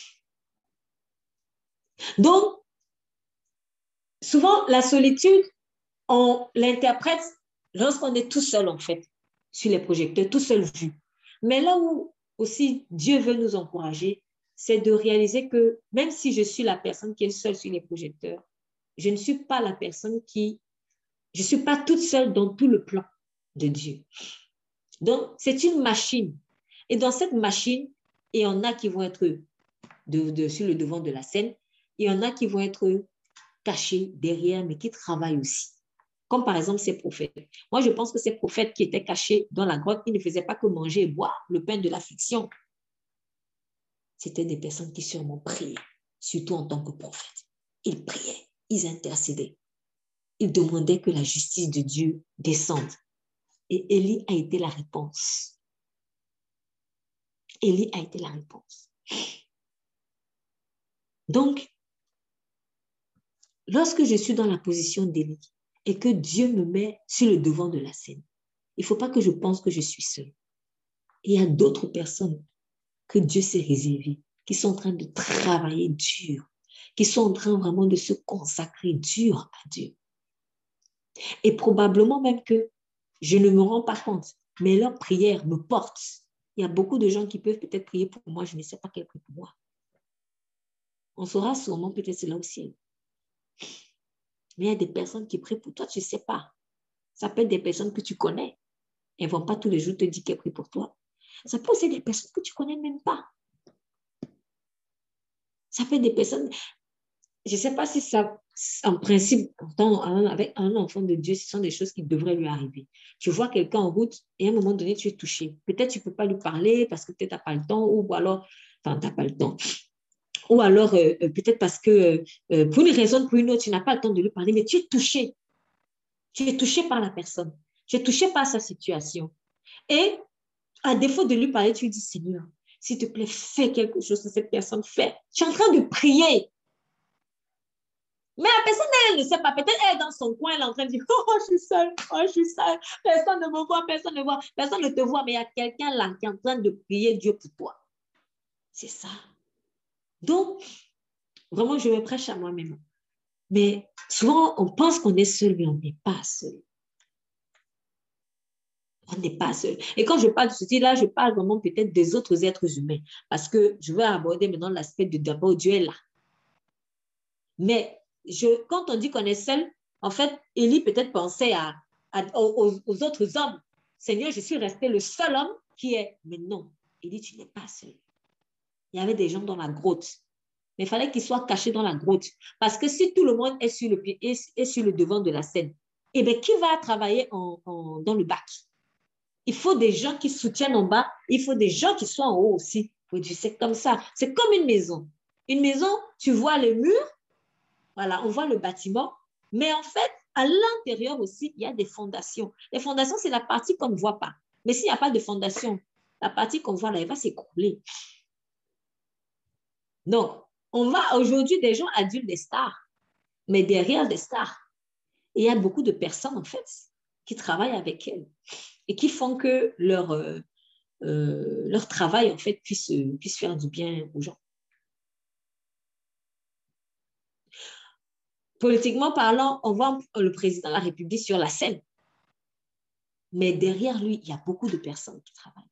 Donc, souvent, la solitude, on l'interprète lorsqu'on est tout seul, en fait, sur les projecteurs, tout seul vu. Mais là où aussi Dieu veut nous encourager, c'est de réaliser que même si je suis la personne qui est seule sur les projecteurs, je ne suis pas la personne qui... Je ne suis pas toute seule dans tout le plan de Dieu. Donc, c'est une machine. Et dans cette machine, il y en a qui vont être de, de, sur le devant de la scène, il y en a qui vont être cachés derrière, mais qui travaillent aussi. Comme par exemple ces prophètes. Moi, je pense que ces prophètes qui étaient cachés dans la grotte, ils ne faisaient pas que manger et boire le pain de l'affliction. C'était des personnes qui sûrement priaient, surtout en tant que prophètes. Ils priaient, ils intercédaient. Ils demandaient que la justice de Dieu descende. Et Élie a été la réponse. Élie a été la réponse. Donc, lorsque je suis dans la position d'Élie et que Dieu me met sur le devant de la scène, il ne faut pas que je pense que je suis seule. Il y a d'autres personnes que Dieu s'est réservées, qui sont en train de travailler dur, qui sont en train vraiment de se consacrer dur à Dieu. Et probablement même que je ne me rends pas compte, mais leur prière me porte. Il y a beaucoup de gens qui peuvent peut-être prier pour moi, je ne sais pas quel prie pour moi. On saura sûrement peut-être cela au ciel. Mais il y a des personnes qui prient pour toi, tu ne sais pas. Ça peut être des personnes que tu connais. Elles ne vont pas tous les jours te dire qu'elles prient pour toi. Ça peut aussi être des personnes que tu ne connais même pas. Ça peut être des personnes... Je ne sais pas si ça, en principe, avec un enfant de Dieu, ce sont des choses qui devraient lui arriver. Tu vois quelqu'un en route et à un moment donné, tu es touché. Peut-être tu ne peux pas lui parler parce que peut-être tu n'as pas le temps ou alors, enfin, tu n'as pas le temps. Ou alors, euh, peut-être parce que, euh, pour une raison ou pour une autre, tu n'as pas le temps de lui parler, mais tu es touché. Tu es touché par la personne. Tu es touché par sa situation. Et à défaut de lui parler, tu lui dis, Seigneur, s'il te plaît, fais quelque chose que cette personne fait. Tu es en train de prier. Mais la personne, elle ne sait pas. Peut-être elle est dans son coin, elle est en train de dire, oh, je suis seule, oh, je suis seule. Personne ne me voit, personne ne me voit, personne ne te voit, mais il y a quelqu'un là qui est en train de prier Dieu pour toi. C'est ça. Donc, vraiment, je me prêche à moi-même. Mais souvent, on pense qu'on est seul, mais on n'est pas seul. On n'est pas seul. Et quand je parle de ceci, là, je parle vraiment peut-être des autres êtres humains. Parce que je vais aborder maintenant l'aspect de d'abord Dieu est là. Mais je, quand on dit qu'on est seul, en fait, Élie peut-être pensait à, à, aux, aux autres hommes. Seigneur, je suis resté le seul homme qui est. Mais non, Élie, tu n'es pas seul. Il y avait des gens dans la grotte. Mais il fallait qu'ils soient cachés dans la grotte. Parce que si tout le monde est sur le, est, est sur le devant de la scène, eh bien, qui va travailler en, en, dans le bac? Il faut des gens qui soutiennent en bas. Il faut des gens qui soient en haut aussi Oui, c'est comme ça. C'est comme une maison. Une maison, tu vois les murs, voilà, on voit le bâtiment, mais en fait, à l'intérieur aussi, il y a des fondations. Les fondations, c'est la partie qu'on ne voit pas. Mais s'il n'y a pas de fondation, la partie qu'on voit là, elle va s'écrouler. Donc, on va aujourd'hui, des gens adultes, des stars, mais derrière des stars, il y a beaucoup de personnes, en fait, qui travaillent avec elles et qui font que leur, euh, euh, leur travail, en fait, puisse, puisse faire du bien aux gens. Politiquement parlant, on voit le président de la République sur la scène. Mais derrière lui, il y a beaucoup de personnes qui travaillent.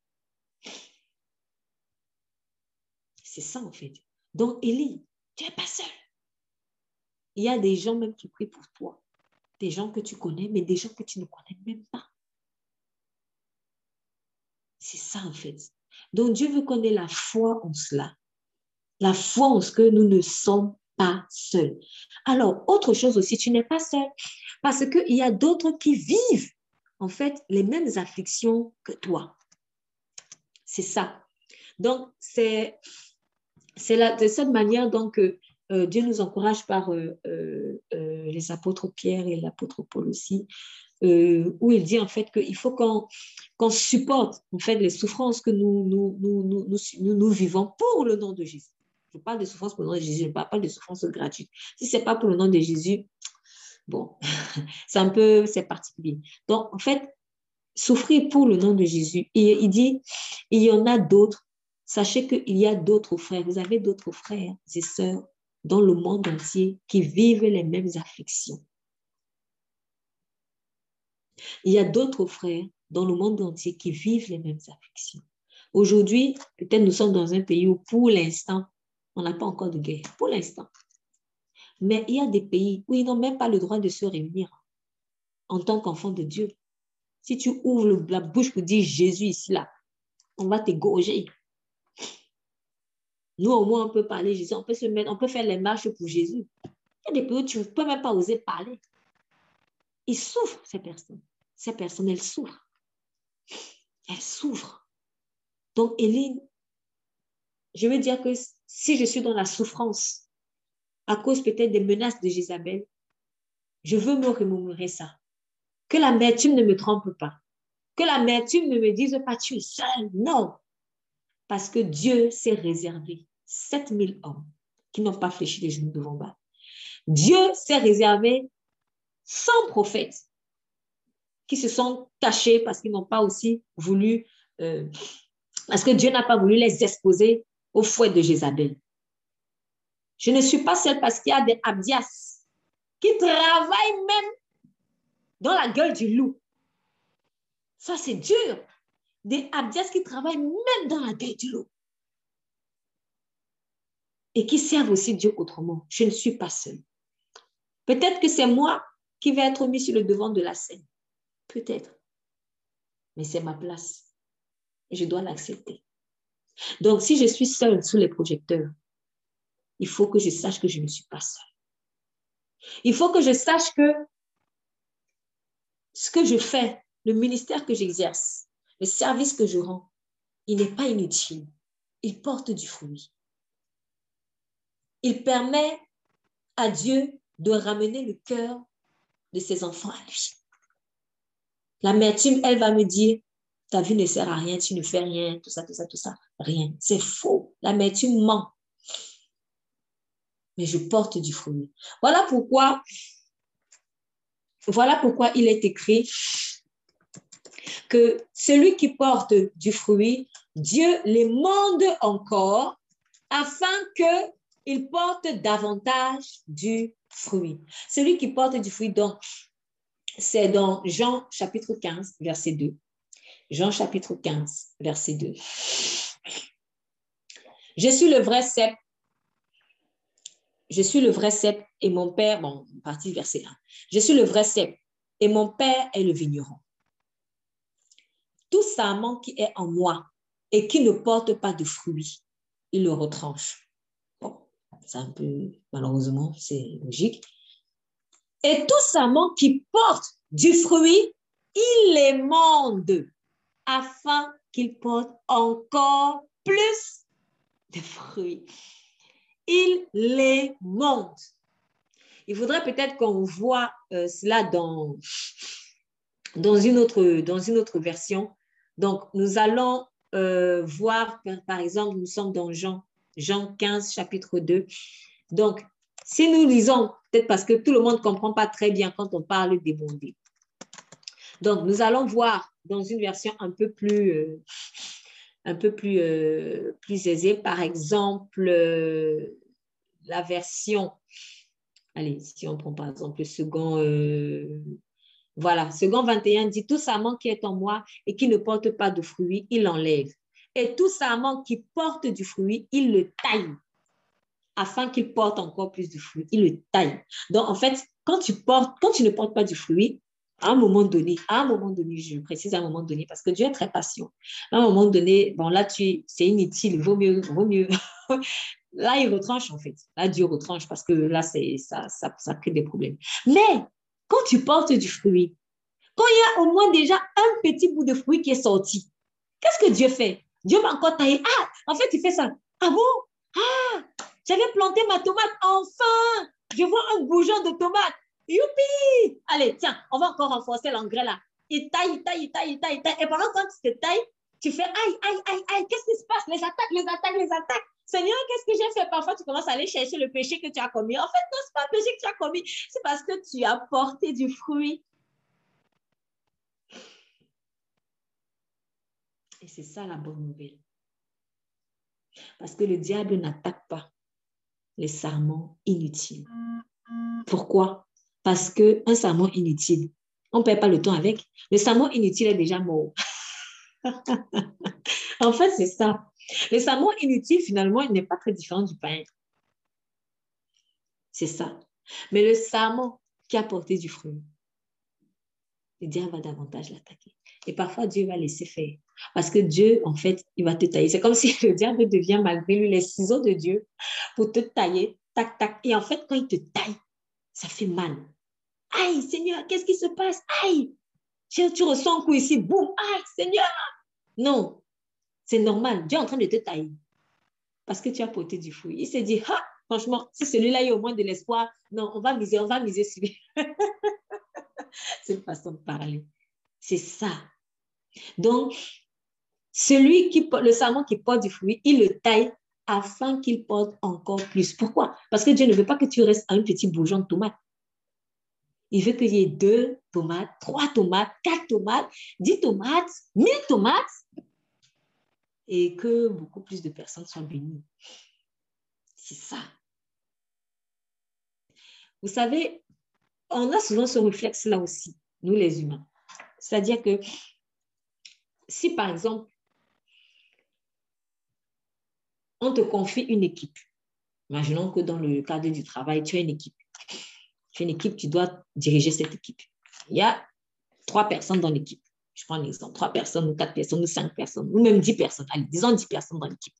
C'est ça, en fait. Donc, Élie, tu n'es pas seul. Il y a des gens même qui prient pour toi. Des gens que tu connais, mais des gens que tu ne connais même pas. C'est ça, en fait. Donc, Dieu veut qu'on ait la foi en cela. La foi en ce que nous ne sommes pas seuls. Alors, autre chose aussi, tu n'es pas seul. Parce qu'il y a d'autres qui vivent, en fait, les mêmes afflictions que toi. C'est ça. Donc, c'est de cette manière donc, que euh, Dieu nous encourage par euh, euh, euh, les apôtres Pierre et l'apôtre Paul aussi, euh, où il dit en fait qu'il faut qu'on qu'on supporte en fait les souffrances que nous nous, nous, nous, nous, nous, nous vivons pour le nom de Jésus. Je parle de souffrances pour le nom de Jésus, je ne parle pas de souffrances gratuites. Si ce n'est pas pour le nom de Jésus, bon, c'est un peu, c'est particulier. Donc, en fait, souffrir pour le nom de Jésus. Et il dit, il y en a d'autres. Sachez qu'il y a d'autres frères. Vous avez d'autres frères et sœurs dans le monde entier qui vivent les mêmes afflictions. Il y a d'autres frères dans le monde entier qui vivent les mêmes afflictions. Aujourd'hui, peut-être nous sommes dans un pays où pour l'instant, on n'a pas encore de guerre. Pour l'instant. Mais il y a des pays où ils n'ont même pas le droit de se réunir en tant qu'enfants de Dieu. Si tu ouvres la bouche pour dire Jésus ici, là, on va t'égorger. Nous, au moins, on peut parler Jésus, on peut se mettre, on peut faire les marches pour Jésus. Il y a des pays où tu ne peux même pas oser parler. Ils souffrent, ces personnes. Ces personnes, elles souffrent. Elles souffrent. Donc, Élie, je veux dire que si je suis dans la souffrance, à cause peut-être des menaces de Jézabel, je veux me remémorer ça. Que l'amertume ne me trompe pas. Que l'amertume ne me dise pas, tu es seul. Non. Parce que Dieu s'est réservé sept mille hommes qui n'ont pas fléchi les genoux devant Baal. Dieu s'est réservé cent prophètes qui se sont cachés parce qu'ils n'ont pas aussi voulu, euh, parce que Dieu n'a pas voulu les exposer au fouet de Jézabel. Je ne suis pas seule parce qu'il y a des Abdias qui travaillent même dans la gueule du loup. Ça, c'est dur. Des Abdias qui travaillent même dans la gueule du loup. Et qui servent aussi Dieu autrement. Je ne suis pas seule. Peut-être que c'est moi qui vais être mis sur le devant de la scène. Peut-être. Mais c'est ma place. Et je dois l'accepter. Donc, si je suis seule sous les projecteurs, il faut que je sache que je ne suis pas seule. Il faut que je sache que ce que je fais, le ministère que j'exerce, le service que je rends, il n'est pas inutile. Il porte du fruit. Il permet à Dieu de ramener le cœur de ses enfants à lui. L'amertume, elle va me dire, ta vie ne sert à rien, tu ne fais rien, tout ça, tout ça, tout ça. Rien. C'est faux. L'amertume ment. Mais je porte du fruit. Voilà pourquoi, voilà pourquoi il est écrit que celui qui porte du fruit, Dieu les mande encore afin qu'il porte davantage du fruit. Celui qui porte du fruit, donc, c'est dans Jean chapitre quinze, verset deux. Jean chapitre quinze, verset deux. Je suis le vrai cep. Je suis le vrai cep et mon père, bon, partie verset un. Je suis le vrai cep et mon père est le vigneron. Tout sarment qui est en moi et qui ne porte pas de fruits, il le retranche. Bon, c'est un peu, malheureusement, c'est logique. Et tout sarment qui porte du fruit, il l'émonde afin qu'il porte encore plus des fruits. Il les monte. Il faudrait peut-être qu'on voit euh, cela dans, dans, une autre, dans une autre version. Donc, nous allons euh, voir, par exemple, nous sommes dans Jean, Jean quinze, chapitre deux. Donc, si nous lisons, peut-être parce que tout le monde ne comprend pas très bien quand on parle des bondés. Donc, nous allons voir dans une version un peu plus, euh, un peu plus, euh, plus aisée, par exemple, euh, la version, allez, si on prend par exemple le second, euh, voilà, second vingt et un dit, tout sarment qui est en moi et qui ne porte pas de fruit, il l'enlève. Et tout sarment qui porte du fruit, il le taille, afin qu'il porte encore plus de fruits. Il le taille. Donc, en fait, quand tu portes, quand tu ne portes pas du fruit, à un moment donné, à un moment donné, je précise à un moment donné, parce que Dieu est très patient. À un moment donné, bon, là, tu, c'est inutile, vaut mieux, vaut mieux. Là, il retranche, en fait. Là, Dieu retranche parce que là, c'est, ça, ça, ça crée des problèmes. Mais, quand tu portes du fruit, quand il y a au moins déjà un petit bout de fruit qui est sorti, qu'est-ce que Dieu fait? Dieu va encore tailler. Ah, en fait, il fait ça. Ah bon? Ah, j'avais planté ma tomate. Enfin, je vois un bourgeon de tomate. Youpi! Allez, tiens, on va encore renforcer l'engrais là. Il taille, il taille, il taille, il taille, il taille. Et pendant que tu te tailles, tu fais aïe, aïe, aïe, aïe. Qu'est-ce qui se passe? Les attaques, les attaques, les attaques. Seigneur, qu'est-ce que j'ai fait? Parfois, tu commences à aller chercher le péché que tu as commis. En fait, non, ce n'est pas le péché que tu as commis. C'est parce que tu as porté du fruit. Et c'est ça la bonne nouvelle. Parce que le diable n'attaque pas les sarments inutiles. Pourquoi? Parce qu'un sarment inutile, on ne perd pas le temps avec. Le sarment inutile est déjà mort. En fait, c'est ça. Le sarment inutile, finalement, il n'est pas très différent du pain. C'est ça. Mais le sarment qui a porté du fruit, le diable va davantage l'attaquer. Et parfois, Dieu va laisser faire. Parce que Dieu, en fait, il va te tailler. C'est comme si le diable devient malgré lui les ciseaux de Dieu pour te tailler, tac, tac. Et en fait, quand il te taille, ça fait mal. Aïe, Seigneur, qu'est-ce qui se passe? Aïe, tu, tu ressens un coup ici, boum, aïe, Seigneur. Non, c'est normal. Dieu est en train de te tailler parce que tu as porté du fruit. Il s'est dit, ah, franchement, si celui-là a au moins de l'espoir, non, on va miser, on va miser sur lui. C'est une façon de parler. C'est ça. Donc, celui qui porte, le sarment qui porte du fruit, il le taille afin qu'il porte encore plus. Pourquoi? Parce que Dieu ne veut pas que tu restes à un petit bourgeon de tomate. Il veut qu'il y ait deux tomates, trois tomates, quatre tomates, dix tomates, mille tomates et que beaucoup plus de personnes soient bénies. C'est ça. Vous savez, on a souvent ce réflexe-là aussi, nous les humains. C'est-à-dire que si, par exemple, on te confie une équipe, imaginons que dans le cadre du travail, tu as une équipe. Tu as une équipe, tu dois diriger cette équipe. Il y a trois personnes dans l'équipe. Je prends un exemple, trois personnes ou quatre personnes ou cinq personnes ou même dix personnes. Allez, disons dix personnes dans l'équipe.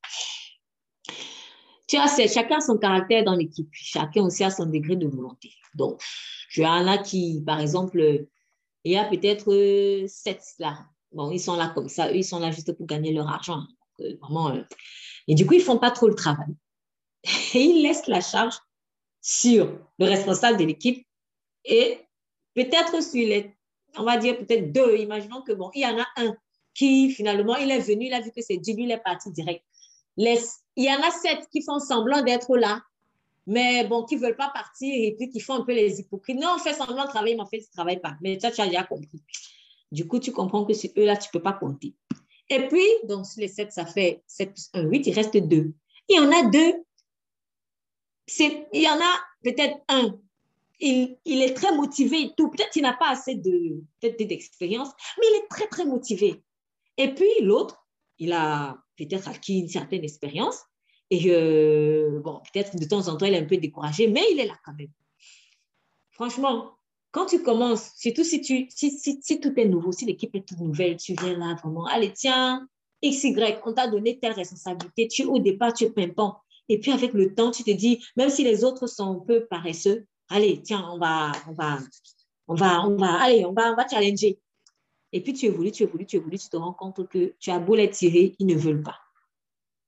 Tu as, chacun a son caractère dans l'équipe. Chacun aussi a son degré de volonté. Donc, tu en as qui, par exemple, il y a peut-être euh, sept là. Bon, ils sont là comme ça. Eux, ils sont là juste pour gagner leur argent. Donc, euh, vraiment, euh, et du coup, ils ne font pas trop le travail. Et ils laissent la charge sur le responsable de l'équipe et peut-être sur les, on va dire peut-être deux. Imaginons que bon, il y en a un qui finalement, il est venu, il a vu que c'est Dieu, il est parti direct. Les, il y en a sept qui font semblant d'être là, mais bon, qui ne veulent pas partir et puis qui font un peu les hypocrites. Non, on fait semblant de travailler, mais en fait, ils ne travaillent pas. Mais toi, tu as déjà compris. Du coup, tu comprends que sur eux-là, tu ne peux pas compter. Et puis, donc, sur les sept, ça fait sept plus un, huit, il reste deux. Il y en a deux. C'est, il y en a peut-être un. Il, il est très motivé et tout. Peut-être qu'il n'a pas assez de, peut-être d'expérience, mais il est très, très motivé. Et puis, l'autre, il a peut-être acquis une certaine expérience. Et euh, bon, peut-être de temps en temps, il est un peu découragé, mais il est là quand même. Franchement, quand tu commences, surtout si, tu, si, si, si tout est nouveau, si l'équipe est toute nouvelle, tu viens là vraiment, allez, tiens, X Y, on t'a donné telle responsabilité, tu, au départ, tu es pimpant. Et puis, avec le temps, tu te dis, même si les autres sont un peu paresseux, allez, tiens, on va, on va, on va, on va, allez, on va, on va challenger. Et puis, tu évolues, tu évolues, tu évolues, tu te rends compte que tu as beau les tirer, ils ne veulent pas.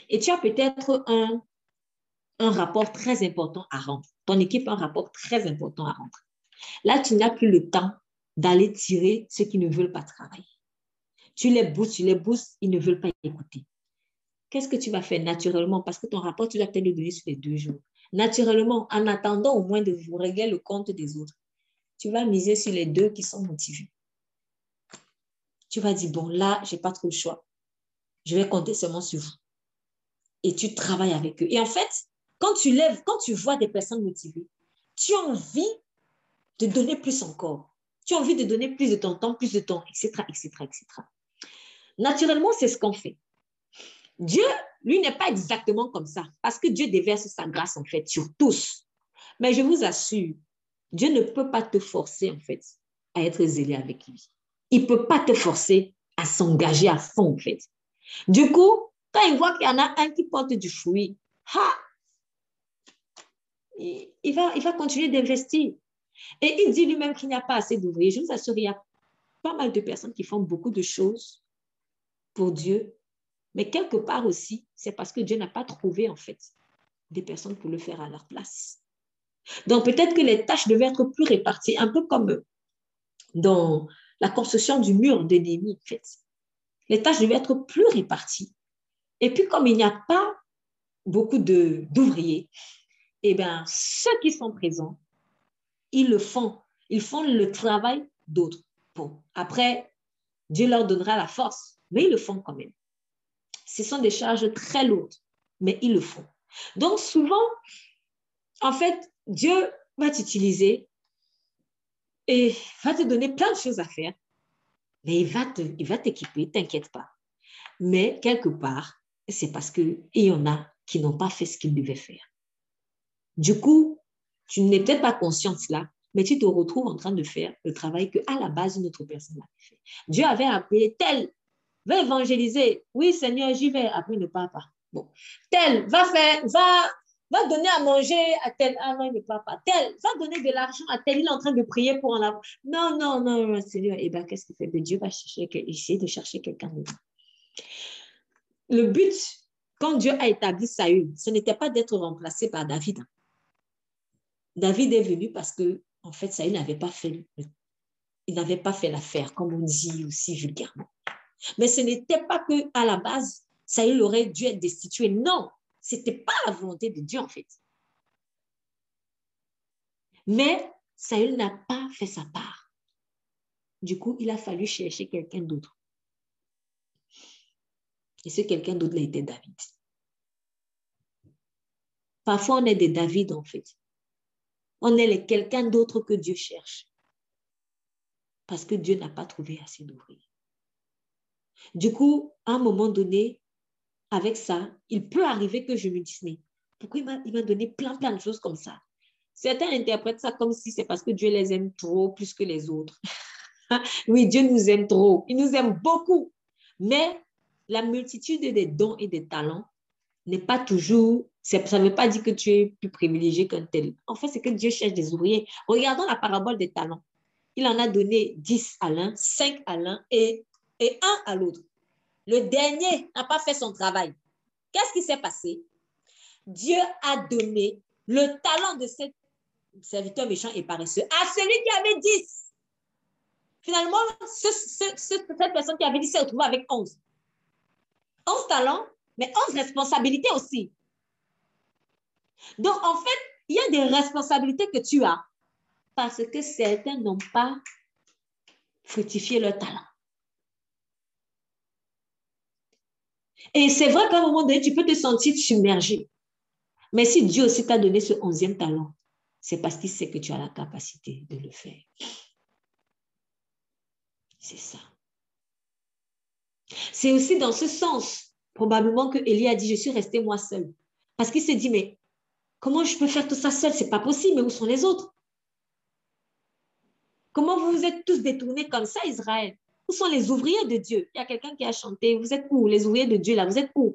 Et tu as peut-être un, un rapport très important à rendre. Ton équipe a un rapport très important à rendre. Là, tu n'as plus le temps d'aller tirer ceux qui ne veulent pas travailler. Tu les boostes, tu les boostes, ils ne veulent pas écouter. Qu'est-ce que tu vas faire naturellement? Parce que ton rapport, tu dois peut-être le donner sur les deux jours. Naturellement, en attendant au moins de vous régler le compte des autres, tu vas miser sur les deux qui sont motivés. Tu vas dire, bon, là, je n'ai pas trop le choix. Je vais compter seulement sur vous. Et tu travailles avec eux. Et en fait, quand tu lèves, quand tu vois des personnes motivées, tu as envie de donner plus encore. Tu as envie de donner plus de ton temps, plus de temps, et cetera, et cetera, et cetera. Naturellement, c'est ce qu'on fait. Dieu, lui, n'est pas exactement comme ça, parce que Dieu déverse sa grâce, en fait, sur tous. Mais je vous assure, Dieu ne peut pas te forcer, en fait, à être zélé avec lui. Il ne peut pas te forcer à s'engager à fond, en fait. Du coup, quand il voit qu'il y en a un qui porte du fruit, ha, il, il, va, il va continuer d'investir. Et il dit lui-même qu'il n'y a pas assez d'ouvriers. Je vous assure, il y a pas mal de personnes qui font beaucoup de choses pour Dieu, mais quelque part aussi, c'est parce que Dieu n'a pas trouvé, en fait, des personnes pour le faire à leur place. Donc, peut-être que les tâches devaient être plus réparties, un peu comme dans la construction du mur de Néhémie, en fait. Les tâches devaient être plus réparties. Et puis, comme il n'y a pas beaucoup de, d'ouvriers, eh bien, ceux qui sont présents, ils le font. Ils font le travail d'autres. Bon, après, Dieu leur donnera la force, mais ils le font quand même. Ce sont des charges très lourdes, mais ils le font. Donc, souvent, en fait, Dieu va t'utiliser et va te donner plein de choses à faire, mais il va te, il va t'équiper, t'inquiète pas. Mais quelque part, c'est parce qu'il y en a qui n'ont pas fait ce qu'ils devaient faire. Du coup, tu n'es peut-être pas consciente de cela, mais tu te retrouves en train de faire le travail qu'à la base, une autre personne avait fait. Dieu avait appelé tel, va évangéliser. Oui, Seigneur, j'y vais. Après, ne parle pas. Bon. Tel, va faire, va, va donner à manger à tel. Ah non, il ne parle pas. Tel, va donner de l'argent à tel. Il est en train de prier pour en avoir. Non, non, non, non, Seigneur. Eh bien, qu'est-ce qu'il fait? Dieu va chercher, essayer de chercher quelqu'un d'autre. Le but, quand Dieu a établi Saül, ce n'était pas d'être remplacé par David. David est venu parce que, en fait, Saül n'avait pas fait, il n'avait pas fait l'affaire, comme on dit aussi vulgairement. Mais ce n'était pas qu'à la base, Saül aurait dû être destitué. Non, ce n'était pas la volonté de Dieu, en fait. Mais Saül n'a pas fait sa part. Du coup, il a fallu chercher quelqu'un d'autre. Et ce quelqu'un d'autre là était David. Parfois, on est des David, en fait. On est quelqu'un d'autre que Dieu cherche. Parce que Dieu n'a pas trouvé assez d'ouvriers. Du coup, à un moment donné, avec ça, il peut arriver que je me dise, mais pourquoi il m'a, il m'a donné plein, plein de choses comme ça? Certains interprètent ça comme si c'est parce que Dieu les aime trop plus que les autres. Oui, Dieu nous aime trop. Il nous aime beaucoup. Mais la multitude des dons et des talents n'est pas toujours, ça ne veut pas dire que tu es plus privilégié qu'un tel. En fait, c'est que Dieu cherche des ouvriers. Regardons la parabole des talents. Il en a donné dix à l'un, cinq à l'un et, et un à l'autre. Le dernier n'a pas fait son travail. Qu'est-ce qui s'est passé? Dieu a donné le talent de ce serviteur méchant et paresseux à celui qui avait dix. Finalement, ce, ce, ce, cette personne qui avait dix s'est retrouvée avec onze. onze talents, mais onze responsabilités aussi. Donc, en fait, il y a des responsabilités que tu as parce que certains n'ont pas fructifié leur talent. Et c'est vrai qu'à un moment donné, tu peux te sentir submergé. Mais si Dieu aussi t'a donné ce onzième talent, c'est parce qu'il sait que tu as la capacité de le faire. C'est ça. C'est aussi dans ce sens, probablement, que Élie a dit, je suis resté moi seul. Parce qu'il s'est dit, mais comment je peux faire tout ça seul? C'est pas possible, mais où sont les autres? Comment vous vous êtes tous détournés comme ça, Israël? Où sont les ouvriers de Dieu? Il y a quelqu'un qui a chanté, vous êtes où? Les ouvriers de Dieu, là, vous êtes où?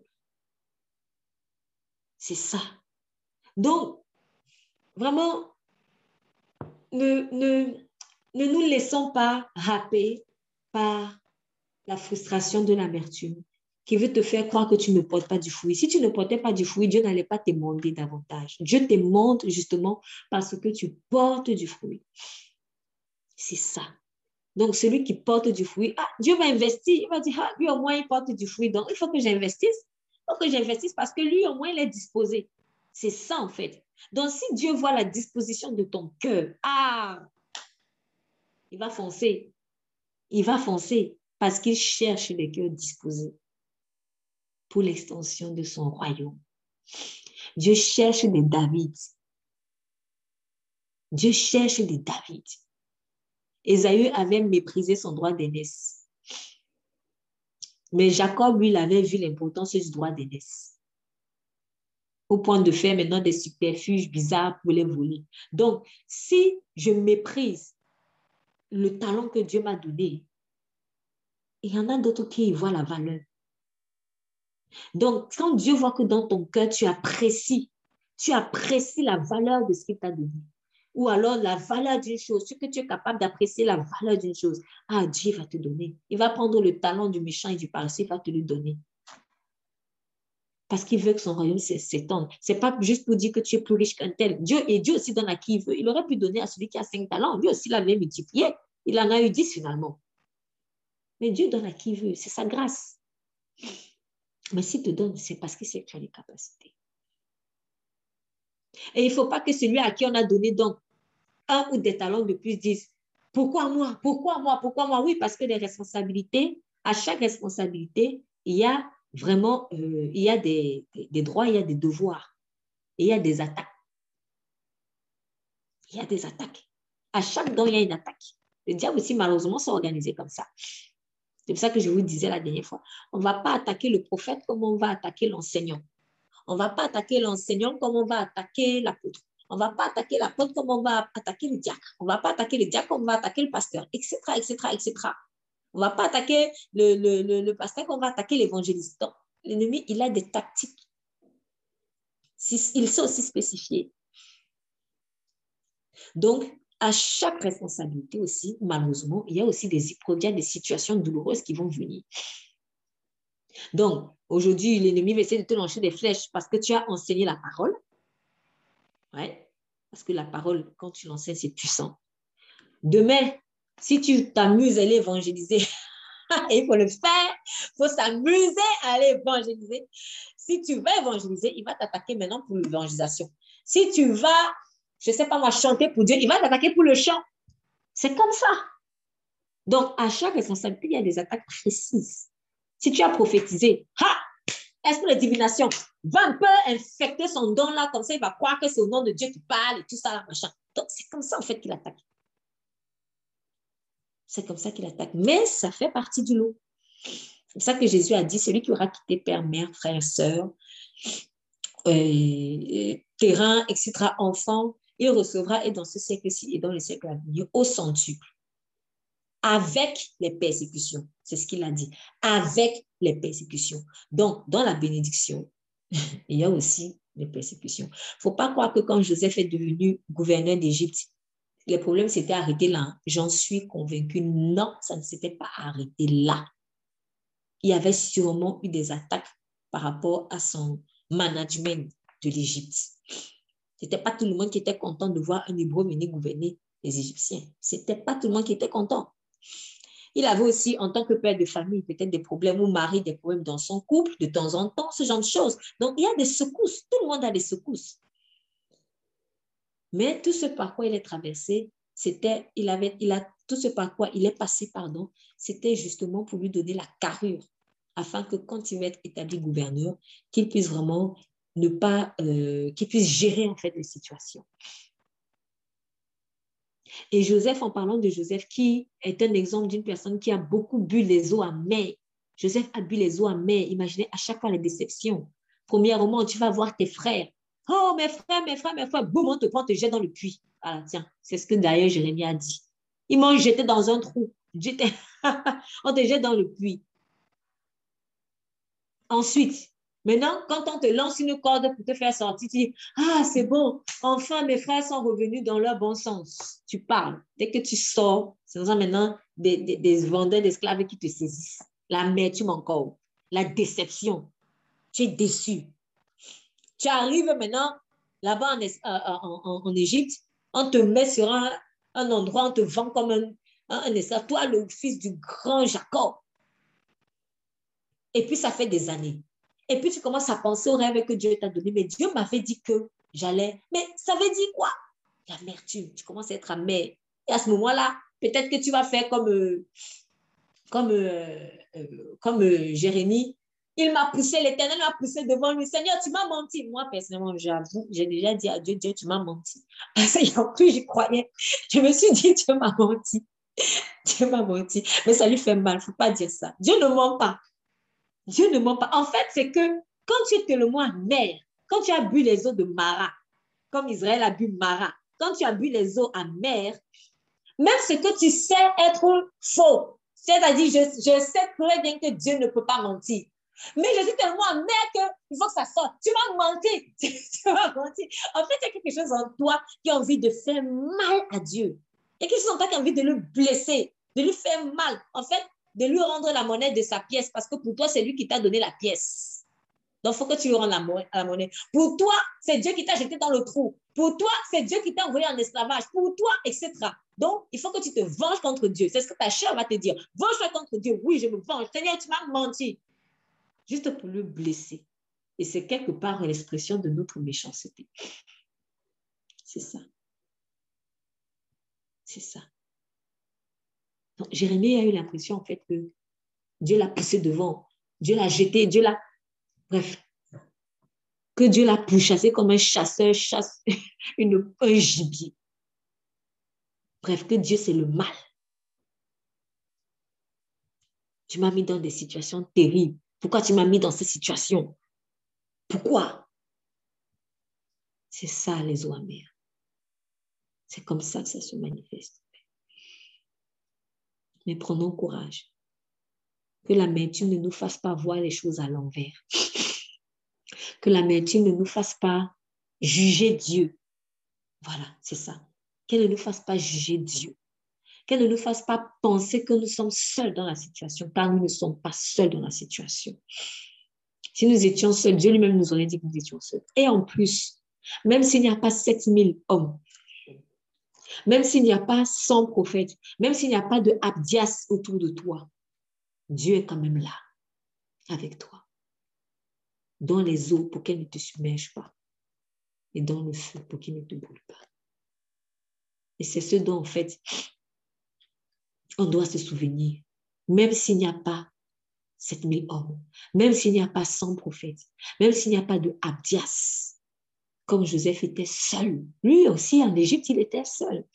C'est ça. Donc, vraiment, ne, ne, ne nous laissons pas happer par la frustration de l'amertume. qui veut te faire croire que tu ne portes pas du fruit. Si tu ne portais pas du fruit, Dieu n'allait pas t'émonder davantage. Dieu t'émonde justement parce que tu portes du fruit. C'est ça. Donc, celui qui porte du fruit, ah, Dieu va investir. Il va dire, ah, lui au moins, il porte du fruit. Donc, il faut que j'investisse. Il faut que j'investisse parce que lui, au moins, il est disposé. C'est ça, en fait. Donc, si Dieu voit la disposition de ton cœur, ah, il va foncer. Il va foncer parce qu'il cherche les cœurs disposés pour l'extension de son royaume. Dieu cherche des David. Dieu cherche des David. Ésaü avait méprisé son droit d'aînesse. Mais Jacob, lui, il avait vu l'importance du droit d'aînesse. Au point de faire maintenant des subterfuges bizarres pour les voler. Donc, si je méprise le talent que Dieu m'a donné, il y en a d'autres qui y voient la valeur. Donc, quand Dieu voit que dans ton cœur, tu apprécies, tu apprécies la valeur de ce qu'il t'a donné, ou alors la valeur d'une chose, ce que tu es capable d'apprécier la valeur d'une chose, ah, Dieu va te donner. Il va prendre le talent du méchant et du paresseux, il va te le donner. Parce qu'il veut que son royaume s'étende. Ce n'est pas juste pour dire que tu es plus riche qu'un tel. Dieu, et Dieu aussi donne à qui il veut. Il aurait pu donner à celui qui a cinq talents. Lui aussi, il avait multiplié. Il en a eu dix finalement. Mais Dieu donne à qui il veut. C'est sa grâce. Mais s'il te donne, c'est parce qu'il sait que tu as les capacités. Et il ne faut pas que celui à qui on a donné donc un ou des talents de plus dise « Pourquoi moi? Pourquoi moi? Pourquoi moi? » Oui, parce que les responsabilités, à chaque responsabilité, il y a vraiment euh, il y a des, des, des droits, il y a des devoirs. Et il y a des attaques. Il y a des attaques. À chaque don, il y a une attaque. Le diable aussi, malheureusement, s'est organisé comme ça. C'est pour ça que je vous disais la dernière fois. On ne va pas attaquer le prophète comme on va attaquer l'enseignant. On ne va pas attaquer l'enseignant comme on va attaquer l'apôtre. On ne va pas attaquer l'apôtre comme on va attaquer le diacre. On ne va pas attaquer le diacre comme on va attaquer le pasteur, et cetera, et cetera, et cetera. On ne va pas attaquer le, le, le, le pasteur comme on va attaquer l'évangéliste. Donc, l'ennemi, il a des tactiques. Il sait aussi spécifier. Donc, à chaque responsabilité aussi, malheureusement, il y a aussi des épreuves, des situations douloureuses qui vont venir. Donc, aujourd'hui, l'ennemi va essayer de te lancer des flèches parce que tu as enseigné la parole. Ouais, parce que la parole, quand tu l'enseignes, c'est puissant. Demain, si tu t'amuses à aller évangéliser, il faut le faire, il faut s'amuser à aller évangéliser. Si tu vas évangéliser, il va t'attaquer maintenant pour l'évangélisation. Si tu vas, je ne sais pas moi, chanter pour Dieu, il va t'attaquer pour le chant. C'est comme ça. Donc, à chaque responsabilité, il y a des attaques précises. Si tu as prophétisé, ha, esprit de divination, va un peu infecter son don là, comme ça, il va croire que c'est au nom de Dieu qui parle et tout ça, là, machin. Donc, c'est comme ça, en fait, qu'il attaque. C'est comme ça qu'il attaque. Mais ça fait partie du lot. C'est pour ça que Jésus a dit, celui qui aura quitté père, mère, frère, sœur, euh, terrain, et cetera, enfant, il recevra, et dans ce siècle-ci, et dans le siècle à venir, au centuple. Avec les persécutions. C'est ce qu'il a dit. Avec les persécutions. Donc, dans la bénédiction, il y a aussi les persécutions. Il ne faut pas croire que quand Joseph est devenu gouverneur d'Égypte, les problèmes s'étaient arrêtés là. J'en suis convaincue. Non, ça ne s'était pas arrêté là. Il y avait sûrement eu des attaques par rapport à son management de l'Égypte. Ce n'était pas tout le monde qui était content de voir un Hébreu venir gouverner les Égyptiens. Ce n'était pas tout le monde qui était content. Il avait aussi, en tant que père de famille, peut-être des problèmes ou mari, des problèmes dans son couple, de temps en temps, ce genre de choses. Donc, il y a des secousses. Tout le monde a des secousses. Mais tout ce par quoi il est traversé, c'était, il avait, il a, tout ce par quoi il est passé, pardon, c'était justement pour lui donner la carrure, afin que quand il va être établi gouverneur, qu'il puisse vraiment ne pas, euh, qu'il puisse gérer en fait les situations. Et Joseph, en parlant de Joseph, qui est un exemple d'une personne qui a beaucoup bu les eaux amères. Joseph a bu les eaux amères. Imaginez à chaque fois les déceptions. Premièrement, tu vas voir tes frères. Oh, mes frères, mes frères, mes frères, boum, on te prend, on te jette dans le puits. Voilà, tiens, c'est ce que d'ailleurs Jérémie a dit. Ils m'ont jeté dans un trou. On te jette dans le puits. Ensuite, maintenant, quand on te lance une corde pour te faire sortir, tu dis, ah, c'est bon, enfin, mes frères sont revenus dans leur bon sens. Tu parles. Dès que tu sors, c'est maintenant des, des, des vendeurs d'esclaves qui te saisissent. L'amertume encore. la déception. Tu es déçu. Tu arrives maintenant là-bas en, en, en, en Égypte, on te met sur un, un endroit, on te vend comme un, un, un esclave, toi, le fils du grand Jacob. Et puis, ça fait des années. Et puis, tu commences à penser au rêve que Dieu t'a donné. Mais Dieu m'avait dit que j'allais. Mais ça veut dire quoi? L'amertume. Tu commences à être amer. Et à ce moment-là, peut-être que tu vas faire comme, euh, comme, euh, euh, comme euh, Jérémie. Il m'a poussé, l'Éternel m'a poussé devant lui. Seigneur, tu m'as menti. Moi, personnellement, j'avoue, j'ai déjà dit à Dieu, Dieu, tu m'as menti. Parce qu'en plus, j'y croyais. Je me suis dit, Dieu m'a menti. Dieu m'a menti. Mais ça lui fait mal. Il ne faut pas dire ça. Dieu ne ment pas. Dieu ne ment pas. En fait, c'est que quand tu es tellement amer, quand tu as bu les eaux de Mara, comme Israël a bu Mara, quand tu as bu les eaux amères, même ce que tu sais être faux, c'est-à-dire, je, je sais très bien que Dieu ne peut pas mentir. Mais je suis tellement amère qu'il faut que ça sorte. Tu m'as menti. Tu m'as menti. En fait, il y a quelque chose en toi qui a envie de faire mal à Dieu. Il y a quelque chose en toi qui a envie de le blesser, de lui faire mal. En fait, de lui rendre la monnaie de sa pièce parce que pour toi, c'est lui qui t'a donné la pièce. Donc, il faut que tu lui rendes la, la monnaie. Pour toi, c'est Dieu qui t'a jeté dans le trou. Pour toi, c'est Dieu qui t'a envoyé en esclavage. Pour toi, et cetera. Donc, il faut que tu te venges contre Dieu. C'est ce que ta chair va te dire. Venge-toi contre Dieu. Oui, je me venge. Seigneur, tu m'as menti. Juste pour le blesser. Et c'est quelque part l'expression de notre méchanceté. C'est ça. C'est ça. Donc, Jérémie a eu l'impression, en fait, que Dieu l'a poussé devant. Dieu l'a jeté. Dieu l'a... Bref. Que Dieu l'a pourchassé comme un chasseur chasse une, un gibier. Bref, que Dieu, c'est le mal. Tu m'as mis dans des situations terribles. Pourquoi tu m'as mis dans ces situations? Pourquoi? C'est ça, les eaux amères. C'est comme ça que ça se manifeste. Mais prenons courage. Que l'amertume ne nous fasse pas voir les choses à l'envers. Que l'amertume ne nous fasse pas juger Dieu. Voilà, c'est ça. Qu'elle ne nous fasse pas juger Dieu. Qu'elle ne nous fasse pas penser que nous sommes seuls dans la situation, car nous ne sommes pas seuls dans la situation. Si nous étions seuls, Dieu lui-même nous aurait dit que nous étions seuls. Et en plus, même s'il n'y a pas sept mille hommes, même s'il n'y a pas cent prophètes, même s'il n'y a pas de Abdias autour de toi, Dieu est quand même là, avec toi. Dans les eaux pour qu'elle ne te submerge pas. Et dans le feu pour qu'il ne te brûle pas. Et c'est ce dont, en fait, on doit se souvenir. Même s'il n'y a pas sept mille hommes, même s'il n'y a pas cent prophètes, même s'il n'y a pas de Abdias, comme Joseph était seul. Lui aussi, en Égypte, il était seul.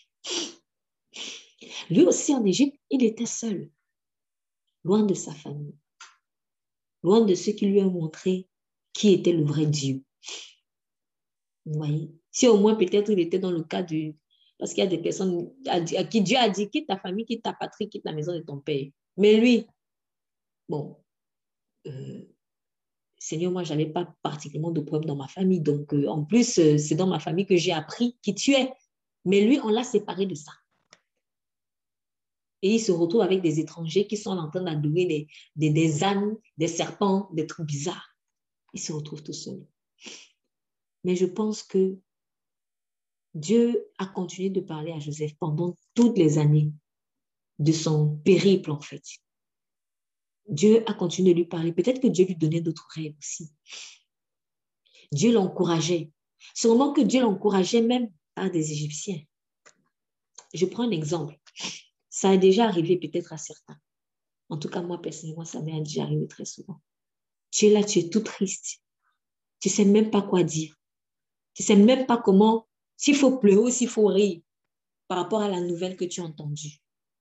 Lui aussi, en Égypte, il était seul. Loin de sa famille. Loin de ceux qui lui ont montré qui était le vrai Dieu. Vous voyez? Si au moins peut-être il était dans le cas du... Parce qu'il y a des personnes à qui Dieu a dit, quitte ta famille, quitte ta patrie, quitte la maison de ton père. Mais lui, bon, euh, Seigneur, moi, je n'avais pas particulièrement de problème dans ma famille. Donc, euh, en plus, euh, c'est dans ma famille que j'ai appris qui tu es. Mais lui, on l'a séparé de ça. Et il se retrouve avec des étrangers qui sont en train d'adorer des, des, des ânes, des serpents, des trucs bizarres. Il se retrouve tout seul. Mais je pense que Dieu a continué de parler à Joseph pendant toutes les années de son périple, en fait. Dieu a continué de lui parler. Peut-être que Dieu lui donnait d'autres rêves aussi. Dieu l'encourageait. Sûrement que Dieu l'encourageait même par des Égyptiens. Je prends un exemple. Ça a déjà arrivé peut-être à certains. En tout cas, moi, personnellement, ça m'est déjà arrivé très souvent. Tu es là, tu es tout triste. Tu ne sais même pas quoi dire. Tu ne sais même pas comment, s'il faut pleurer ou s'il faut rire par rapport à la nouvelle que tu as entendue.